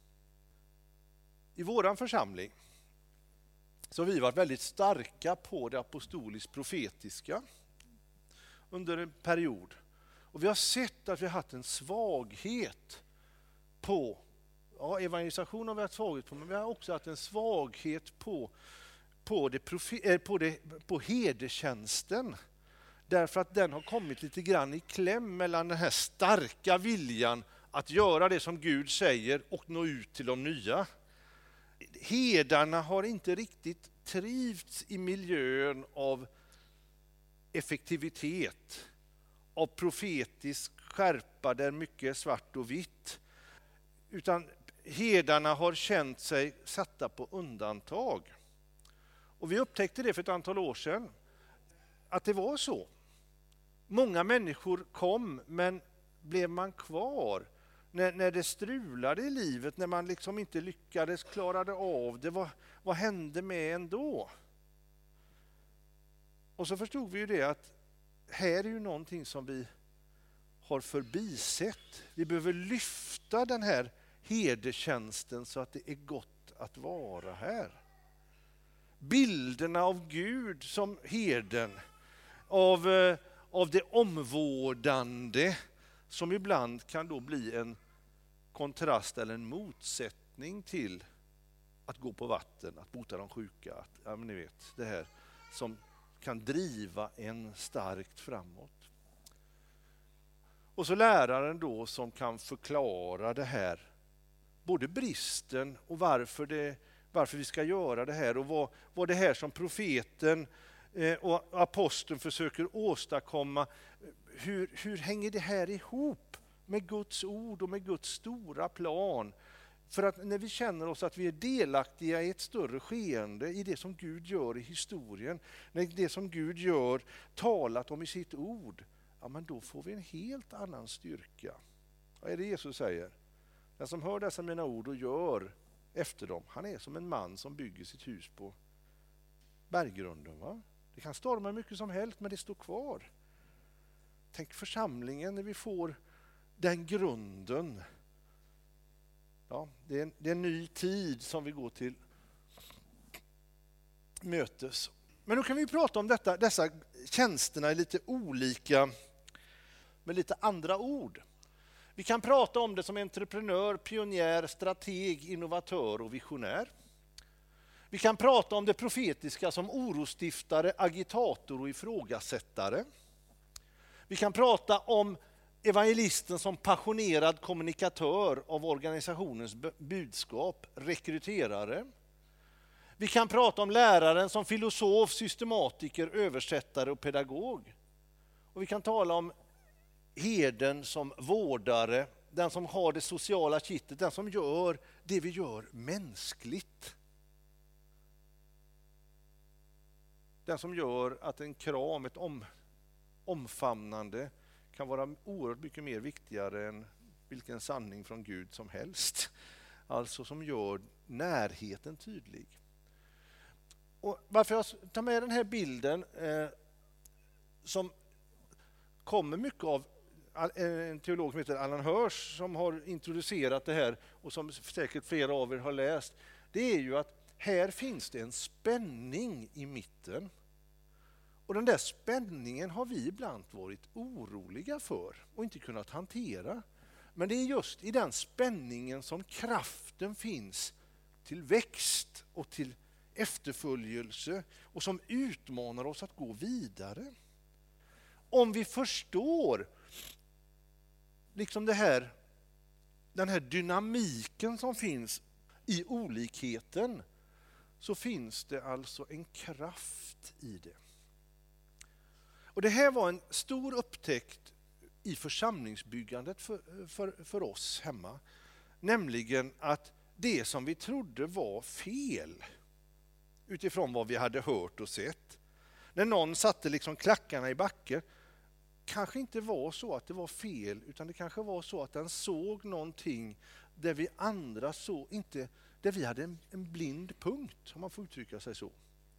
i våran församling så har vi varit väldigt starka på det apostoliskt profetiska under en period. Och vi har sett att vi har haft en svaghet på, evangelisation har vi haft svaghet på, men vi har också haft en svaghet på herdetjänsten. Därför att den har kommit lite grann i kläm mellan den här starka viljan att göra det som Gud säger och nå ut till de nya. Herdarna har inte riktigt trivts i miljön av effektivitet, av profetisk skärpa där mycket är svart och vitt. Utan herdarna har känt sig satta på undantag. Och vi upptäckte det för ett antal år sedan, att det var så. Många människor kom, men blev man kvar när det strulade i livet, när man liksom inte lyckades klara av det, vad hände med en då? Och så förstod vi ju det att här är ju någonting som vi har förbisett. Vi behöver lyfta den här herdetjänsten så att det är gott att vara här. Bilderna av Gud som herden, av det omvårdande, som ibland kan då bli en kontrast eller en motsättning till att gå på vatten, att bota de sjuka, ja, men ni vet, det här som kan driva en starkt framåt. Och så läraren då som kan förklara det här, både bristen och varför vi ska göra det här, och vad det här som profeten och aposteln försöker åstadkomma, hur hänger det här ihop med Guds ord och med Guds stora plan? För att när vi känner oss att vi är delaktiga i ett större skeende, i det som Gud gör i historien, när det som Gud gör talat om i sitt ord, ja, men då får vi en helt annan styrka. Vad är det Jesus säger? Den som hör dessa mina ord och gör efter dem. Han är som en man som bygger sitt hus på berggrunden. Va? Det kan storma mycket som helst, men det står kvar. Tänk församlingen när vi får den grunden. Ja, det är en ny tid som vi går till mötes. Men då kan vi prata om dessa tjänsterna i lite olika, med lite andra ord. Vi kan prata om det som entreprenör, pionjär, strateg, innovatör och visionär. Vi kan prata om det profetiska som orostiftare, agitator och ifrågasättare. Vi kan prata om evangelisten som passionerad kommunikatör av organisationens budskap, rekryterare. Vi kan prata om läraren som filosof, systematiker, översättare och pedagog. Och vi kan tala om herden som vårdare, den som har det sociala kittet, den som gör det vi gör mänskligt. Den som gör att en kram, ett omfamnande kan vara oerhört mycket mer viktigare än vilken sanning från Gud som helst. Alltså som gör närheten tydlig. Och varför jag tar med den här bilden som kommer mycket av en teolog som heter Alan Hirsch som har introducerat det här och som säkert flera av er har läst. Det är ju att här finns det en spänning i mitten. Och den där spänningen har vi ibland varit oroliga för och inte kunnat hantera. Men det är just i den spänningen som kraften finns till växt och till efterföljelse och som utmanar oss att gå vidare. Om vi förstår liksom den här dynamiken som finns i olikheten, så finns det alltså en kraft i det. Och det här var en stor upptäckt i församlingsbyggandet för oss hemma. Nämligen att det som vi trodde var fel utifrån vad vi hade hört och sett. När någon satte liksom klackarna i backen, kanske inte var så att det var fel, utan det kanske var så att den såg någonting där vi andra såg inte, där vi hade en blind punkt, om man får uttrycka sig så.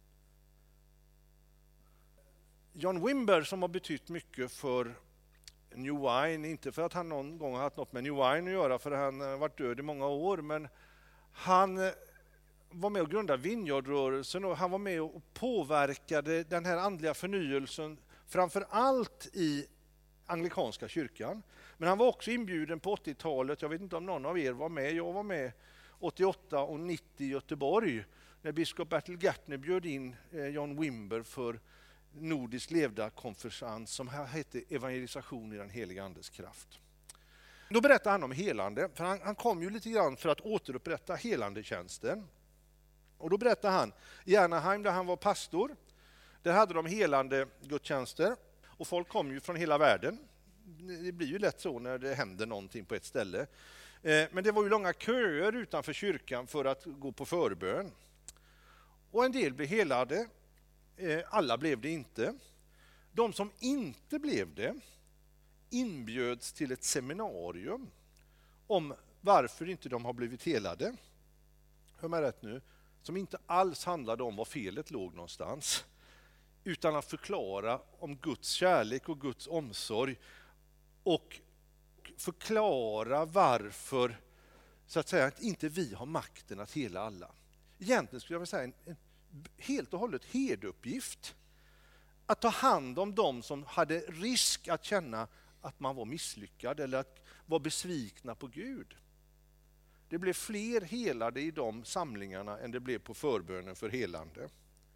John Wimber, som har betytt mycket för New Wine, inte för att han någon gång har haft något med New Wine att göra, för han har varit död i många år, men han var med och grundade Vineyard-rörelsen och han var med och påverkade den här andliga förnyelsen framför allt i anglikanska kyrkan. Men han var också inbjuden på 80-talet, jag vet inte om någon av er var med, jag var med 88 och 90 i Göteborg när biskop Bertil Gärtner bjöd in John Wimber för nordisk levda-konferens som hette Evangelisation i den heliga andes kraft. Då berättade han om helande, för han kom ju lite grann för att återupprätta helandetjänsten. Och då berättade han i Anaheim där han var pastor, där hade de helande gudstjänster och folk kom ju från hela världen. Det blir ju lätt så när det händer någonting på ett ställe. Men det var ju långa köer utanför kyrkan för att gå på förbön. Och en del blev helade, alla blev det inte. De som inte blev det inbjöds till ett seminarium om varför inte de har blivit helade. Hör mig rätt nu, som inte alls handlade om var felet låg någonstans, utan att förklara om Guds kärlek och Guds omsorg och förklara varför så att säga att inte vi har makten att hela alla. Egentligen skulle jag vilja säga en helt och hållet herduppgift att ta hand om de som hade risk att känna att man var misslyckad eller att vara besvikna på Gud. Det blev fler helade i de samlingarna än det blev på förbönen för helande.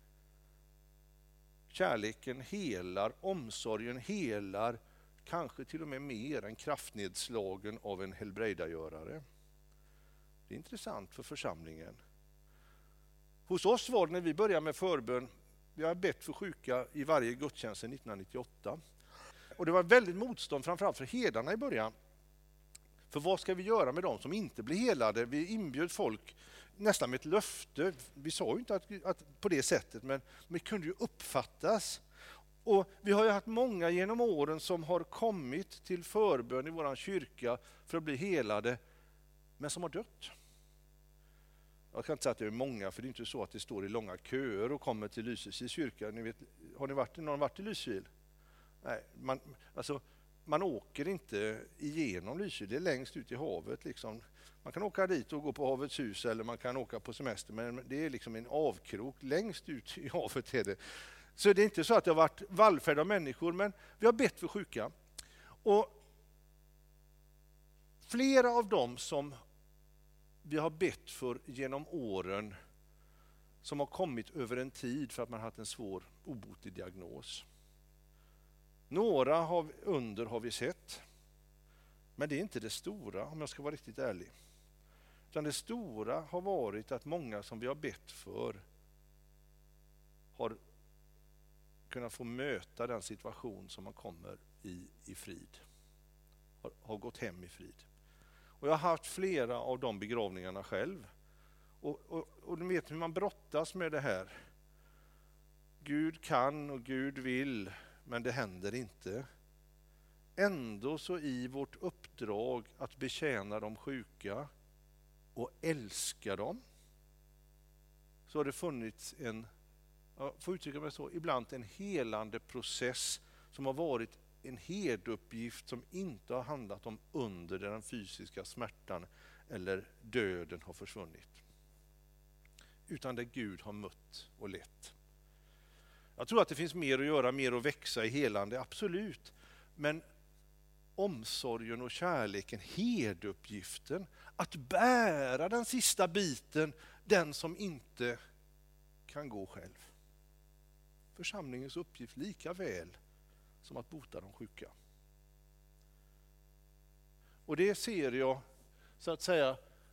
Kärleken helar, omsorgen helar, kanske till och med mer än kraftnedslagen av en helbrägdagörare. Det är intressant för församlingen. Hos oss var det när vi började med förbön, vi har bett för sjuka i varje gudstjänst sedan 1998. Och det var väldigt motstånd framförallt för herdarna i början. För vad ska vi göra med dem som inte blir helade? Vi inbjöd folk nästan med ett löfte. Vi sa ju inte att på det sättet, men det kunde ju uppfattas. Och vi har ju haft många genom åren som har kommit till förbön i våran kyrka för att bli helade, men som har dött. Jag kan inte säga att det är många, för det är inte så att det står i långa köer och kommer till Lysekils kyrka. Ni vet, har ni någon varit i Lysekil? Nej, man åker inte igenom Lysekil, det är längst ut i havet. Liksom. Man kan åka dit och gå på Havets hus eller man kan åka på semester, men det är liksom en avkrok längst ut i havet. Är det. Så det är inte så att det har varit vallfärd av människor, men vi har bett för sjuka. Och flera av dem som vi har bett för genom åren, som har kommit över en tid för att man har haft en svår obotlig diagnos. Några har vi sett, men det är inte det stora om jag ska vara riktigt ärlig. Utan det stora har varit att många som vi har bett för har kunnat få möta den situation som man kommer i frid. Har gått hem i frid. Och jag har haft flera av de begravningarna själv. Och du vet hur man brottas med det här. Gud kan och Gud vill, men det händer inte. Ändå så i vårt uppdrag att betjäna de sjuka och älska dem, så har det funnits jag får uttrycka mig så, ibland en helande process som har varit en herduppgift som inte har handlat om under där den fysiska smärtan eller döden har försvunnit. Utan där Gud har mött och lett. Jag tror att det finns mer att göra, mer att växa i helande, absolut. Men omsorgen och kärleken, herduppgiften, att bära den sista biten, den som inte kan gå själv. Församlingens uppgift lika väl som att bota de sjuka. Och det ser jag så att säga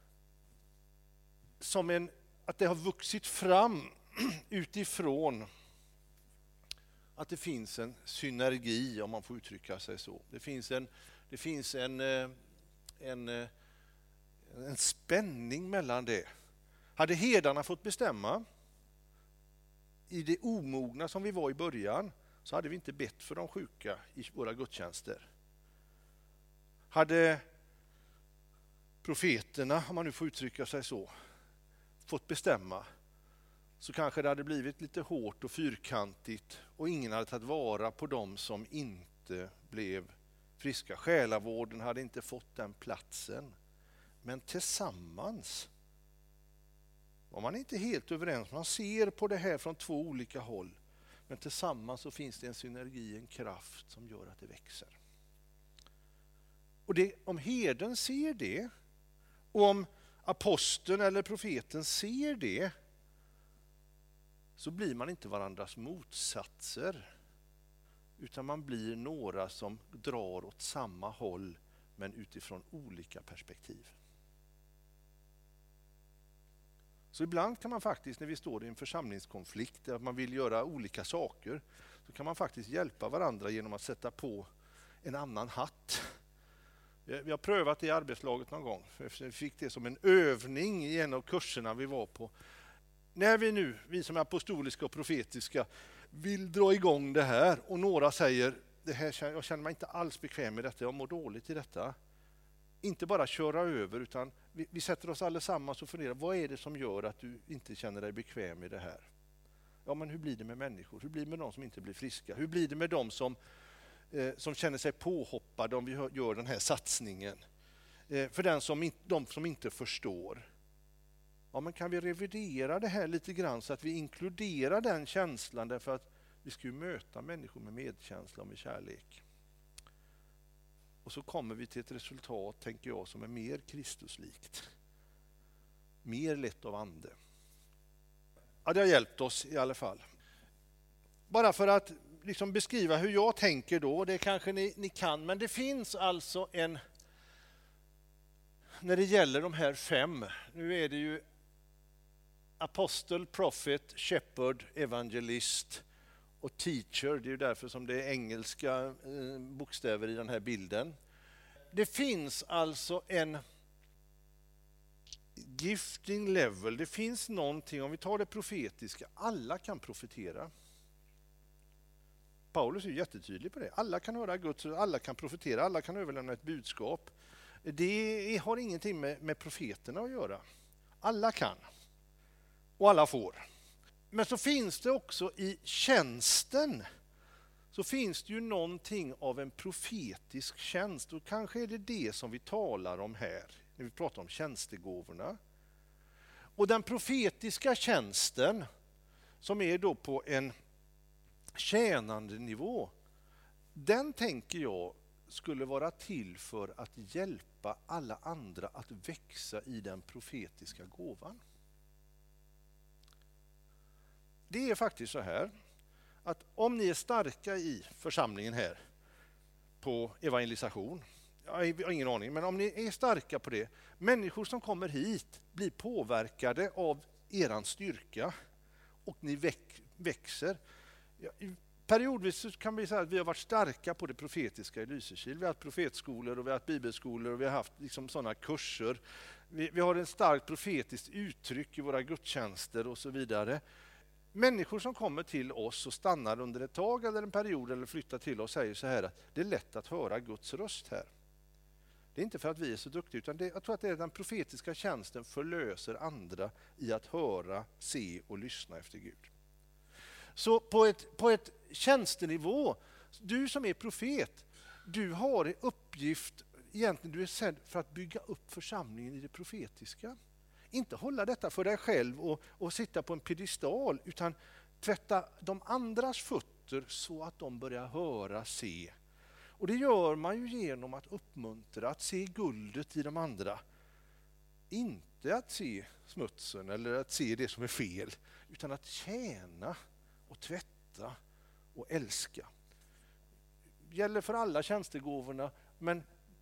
som att det har vuxit fram utifrån att det finns en synergi, om man får uttrycka sig så. Det finns en spänning mellan det. Hade herdarna fått bestämma i det omogna som vi var i början, så hade vi inte bett för de sjuka i våra gudstjänster. Hade profeterna, om man nu får uttrycka sig så, fått bestämma, så kanske det hade blivit lite hårt och fyrkantigt och ingen hade tagit vara på dem som inte blev friska. Själavården hade inte fått den platsen. Men tillsammans var man inte helt överens. Man ser på det här från två olika håll. Men tillsammans så finns det en synergi, en kraft som gör att det växer. Och om herden ser det, och om aposteln eller profeten ser det, så blir man inte varandras motsatser, utan man blir några som drar åt samma håll men utifrån olika perspektiv. Så ibland kan man faktiskt, när vi står i en församlingskonflikt där man vill göra olika saker, så kan man faktiskt hjälpa varandra genom att sätta på en annan hatt. Vi har prövat det i arbetslaget någon gång, för vi fick det som en övning i en av kurserna vi var på. När vi som är apostoliska och profetiska, vill dra igång det här och några säger, jag känner mig inte alls bekväm med detta, jag mår dåligt i detta. Inte bara köra över, utan vi sätter oss allesammans och funderar, vad är det som gör att du inte känner dig bekväm i det här? Ja, men hur blir det med människor? Hur blir det med de som inte blir friska? Hur blir det med de som känner sig påhoppade om vi gör den här satsningen? För de som inte förstår. Ja, men kan vi revidera det här lite grann så att vi inkluderar den känslan, därför att vi ska ju möta människor med medkänsla och med kärlek. Och så kommer vi till ett resultat, tänker jag, som är mer Kristuslikt. Mer lätt av ande. Ja, det har hjälpt oss i alla fall. Bara för att liksom beskriva hur jag tänker då, det kanske ni kan, men det finns alltså när det gäller de här 5, nu är det ju apostel, prophet, shepherd, evangelist och teacher. Det är ju därför som det är engelska bokstäver i den här bilden. Det finns alltså en gifting level. Det finns någonting, om vi tar det profetiska, alla kan profetera. Paulus är ju jättetydlig på det. Alla kan höra Guds, alla kan profetera, alla kan överlämna ett budskap. Det har ingenting med profeterna att göra. Alla kan. Och alla får. Men så finns det också i tjänsten, så finns det ju någonting av en profetisk tjänst. Och kanske är det som vi talar om här, när vi pratar om tjänstegåvorna. Och den profetiska tjänsten, som är då på en tjänande nivå, den tänker jag skulle vara till för att hjälpa alla andra att växa i den profetiska gåvan. Det är faktiskt så här att om ni är starka i församlingen här på evangelisation, jag har ingen aning, men om ni är starka på det, människor som kommer hit blir påverkade av eran styrka och ni växer. Periodvis kan vi säga att vi har varit starka på det profetiska i Lysekil. Vi har haft profetskolor och vi har haft bibelskolor och vi har haft liksom sådana kurser. Vi har ett starkt profetiskt uttryck i våra gudstjänster och så vidare. Människor som kommer till oss och stannar under ett tag eller en period eller flyttar till oss säger så här att det är lätt att höra Guds röst här. Det är inte för att vi är så duktiga, utan jag tror att det är den profetiska tjänsten förlöser andra i att höra, se och lyssna efter Gud. Så på ett tjänstenivå, du som är profet, du har en uppgift, egentligen du är sänd för att bygga upp församlingen i det profetiska. Inte hålla detta för dig själv och sitta på en pedestal, utan tvätta de andras fötter så att de börjar höra, se. Och det gör man ju genom att uppmuntra, att se guldet i de andra. Inte att se smutsen eller att se det som är fel, utan att tjäna och tvätta och älska. Det gäller för alla tjänstegåvorna, men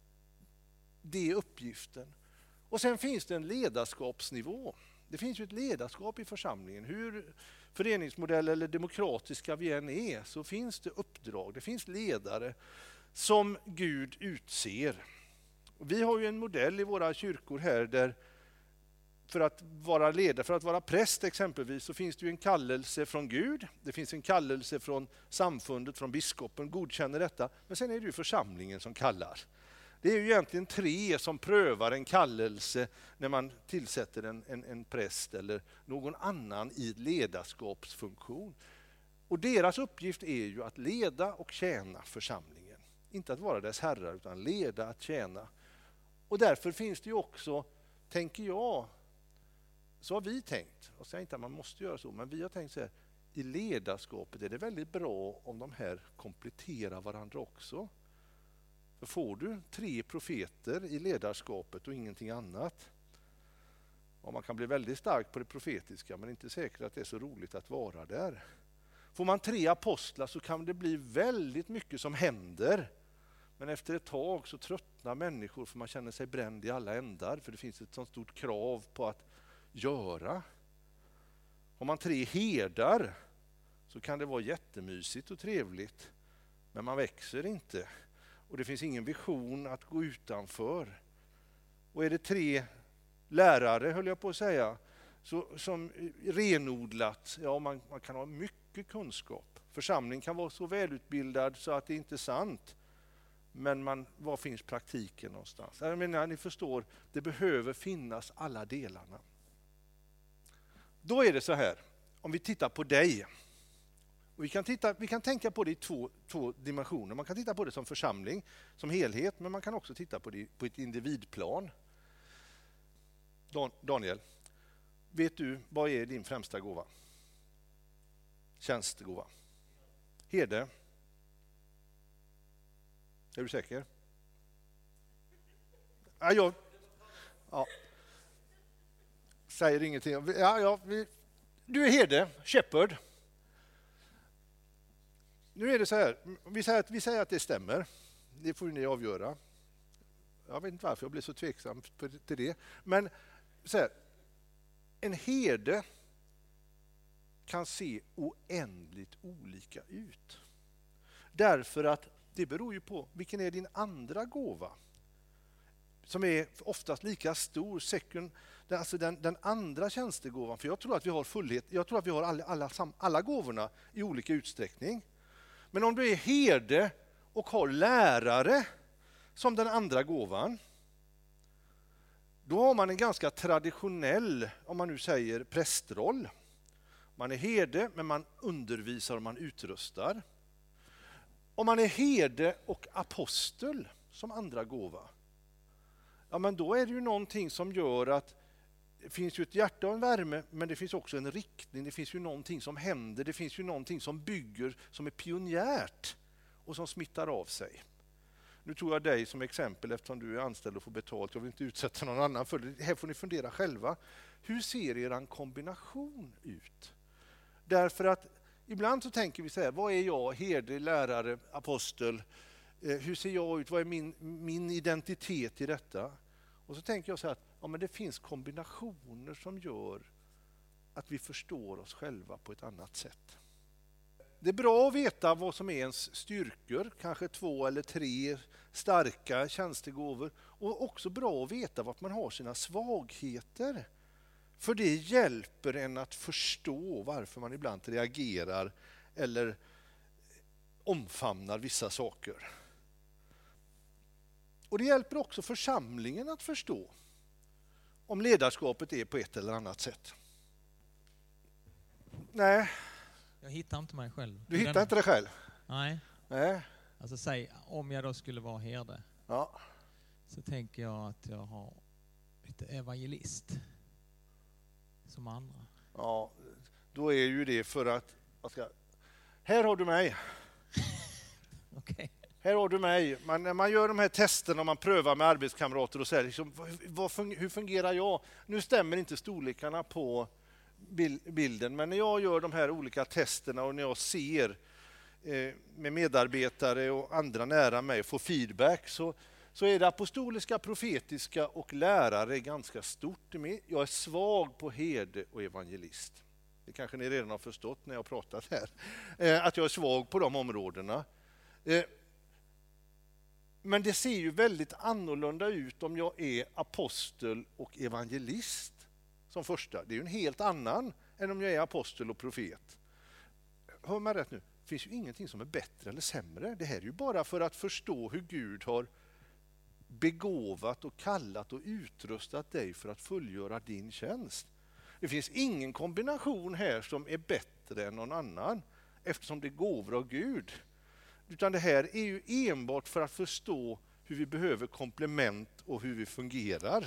det är uppgiften. Och sen finns det en ledarskapsnivå. Det finns ju ett ledarskap i församlingen. Hur föreningsmodell eller demokratiska vi än är, så finns det uppdrag. Det finns ledare som Gud utser. Och vi har ju en modell i våra kyrkor här där för att vara ledare, för att vara präst exempelvis, så finns det ju en kallelse från Gud. Det finns en kallelse från samfundet, från biskopen, godkänner detta. Men sen är det ju församlingen som kallar. Det är ju egentligen 3 som prövar en kallelse när man tillsätter en präst eller någon annan i ledarskapsfunktion. Och deras uppgift är ju att leda och tjäna församlingen. Inte att vara dess herrar, utan leda, att tjäna. Och därför finns det ju också, tänker jag, så har vi tänkt, och säger inte att man måste göra så, men vi har tänkt så här, i ledarskapet är det väldigt bra om de här kompletterar varandra också. För får du 3 profeter i ledarskapet och ingenting annat, och man kan bli väldigt stark på det profetiska, men inte säkert att det är så roligt att vara där. Får man 3 apostlar så kan det bli väldigt mycket som händer. Men efter ett tag så tröttnar människor för man känner sig bränd i alla ändar. För det finns ett sånt stort krav på att göra. Har man 3 herdar så kan det vara jättemysigt och trevligt. Men man växer inte. Och det finns ingen vision att gå utanför. Och är det 3 lärare, höll jag på att säga, som renodlat, ja man kan ha mycket kunskap. Församling kan vara så välutbildad så att det inte är sant. Men var finns praktiken någonstans? Jag menar, ni förstår, det behöver finnas alla delarna. Då är det så här, om vi tittar på dig. Och vi kan tänka på det i två dimensioner. Man kan titta på det som församling, som helhet, men man kan också titta på det på ett individplan. Daniel, vet du vad är din främsta gåva? Tjänstegåva. Herde. Är du säker? Ja. Säger ingenting. Du är herde, shepherd. Nu är det så här, vi säger att det stämmer. Det får ni avgöra. Jag vet inte varför jag blir så tveksam till det. Men så här, en herde kan se oändligt olika ut. Därför att det beror ju på vilken är din andra gåva. Som är oftast lika stor, alltså den andra tjänstegåvan. För jag tror att vi har fullhet, jag tror att vi har alla gåvorna i olika utsträckning. Men om du är herde och har lärare som den andra gåvan, Då har man en ganska traditionell, om man nu säger prästroll. Man är herde, men man undervisar och man utrustar. Om man är herde och apostel som andra gåva, ja, men då är det ju någonting som gör att det finns ju ett hjärta och en värme, men det finns också en riktning, det finns ju någonting som händer, det finns ju någonting som bygger, som är pionjärt och som smittar av sig. Nu tog jag dig som exempel eftersom du är anställd och får betalt, jag vill inte utsätta någon annan för det. Det här får ni fundera själva. Hur ser er kombination ut? Därför att ibland så tänker vi så här, vad är jag, herde, lärare, apostel? Hur ser jag ut? Vad är min identitet i detta? Och så tänker jag så här att ja, men det finns kombinationer som gör att vi förstår oss själva på ett annat sätt. Det är bra att veta vad som är ens styrkor, kanske 2 eller 3 starka tjänstegåvor. Och också bra att veta vart man har sina svagheter. För det hjälper en att förstå varför man ibland reagerar eller omfamnar vissa saker. Och det hjälper också församlingen att förstå om ledarskapet är på ett eller annat sätt. Nej. Jag hittar inte mig själv. Du hittar inte dig själv? Nej. Nej. Alltså säg, om jag då skulle vara herde, ja, så tänker jag att jag har lite evangelist som andra. Ja, då är ju det för att här har du mig. Okej. Här har du mig. När man gör de här testerna och man prövar med arbetskamrater och säger liksom, hur fungerar jag? Nu stämmer inte storlekarna på bilden, men när jag gör de här olika testerna och när jag ser med medarbetare och andra nära mig få feedback så är det apostoliska, profetiska och lärare ganska stort. Jag är svag på herde och evangelist. Det kanske ni redan har förstått när jag har pratat här. Att jag är svag på de områdena. Men det ser ju väldigt annorlunda ut om jag är apostel och evangelist som första. Det är ju en helt annan än om jag är apostel och profet. Hör mig rätt nu. Det finns ju ingenting som är bättre eller sämre. Det här är ju bara för att förstå hur Gud har begåvat och kallat och utrustat dig för att fullgöra din tjänst. Det finns ingen kombination här som är bättre än någon annan eftersom det är gåvor av Gud. Utan det här är ju enbart för att förstå hur vi behöver komplement och hur vi fungerar.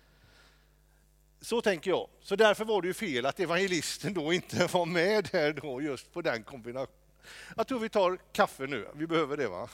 Så tänker jag. Så därför var det ju fel att evangelisten då inte var med här då just på den kombinationen. Jag tror vi tar kaffe nu. Vi behöver det, va?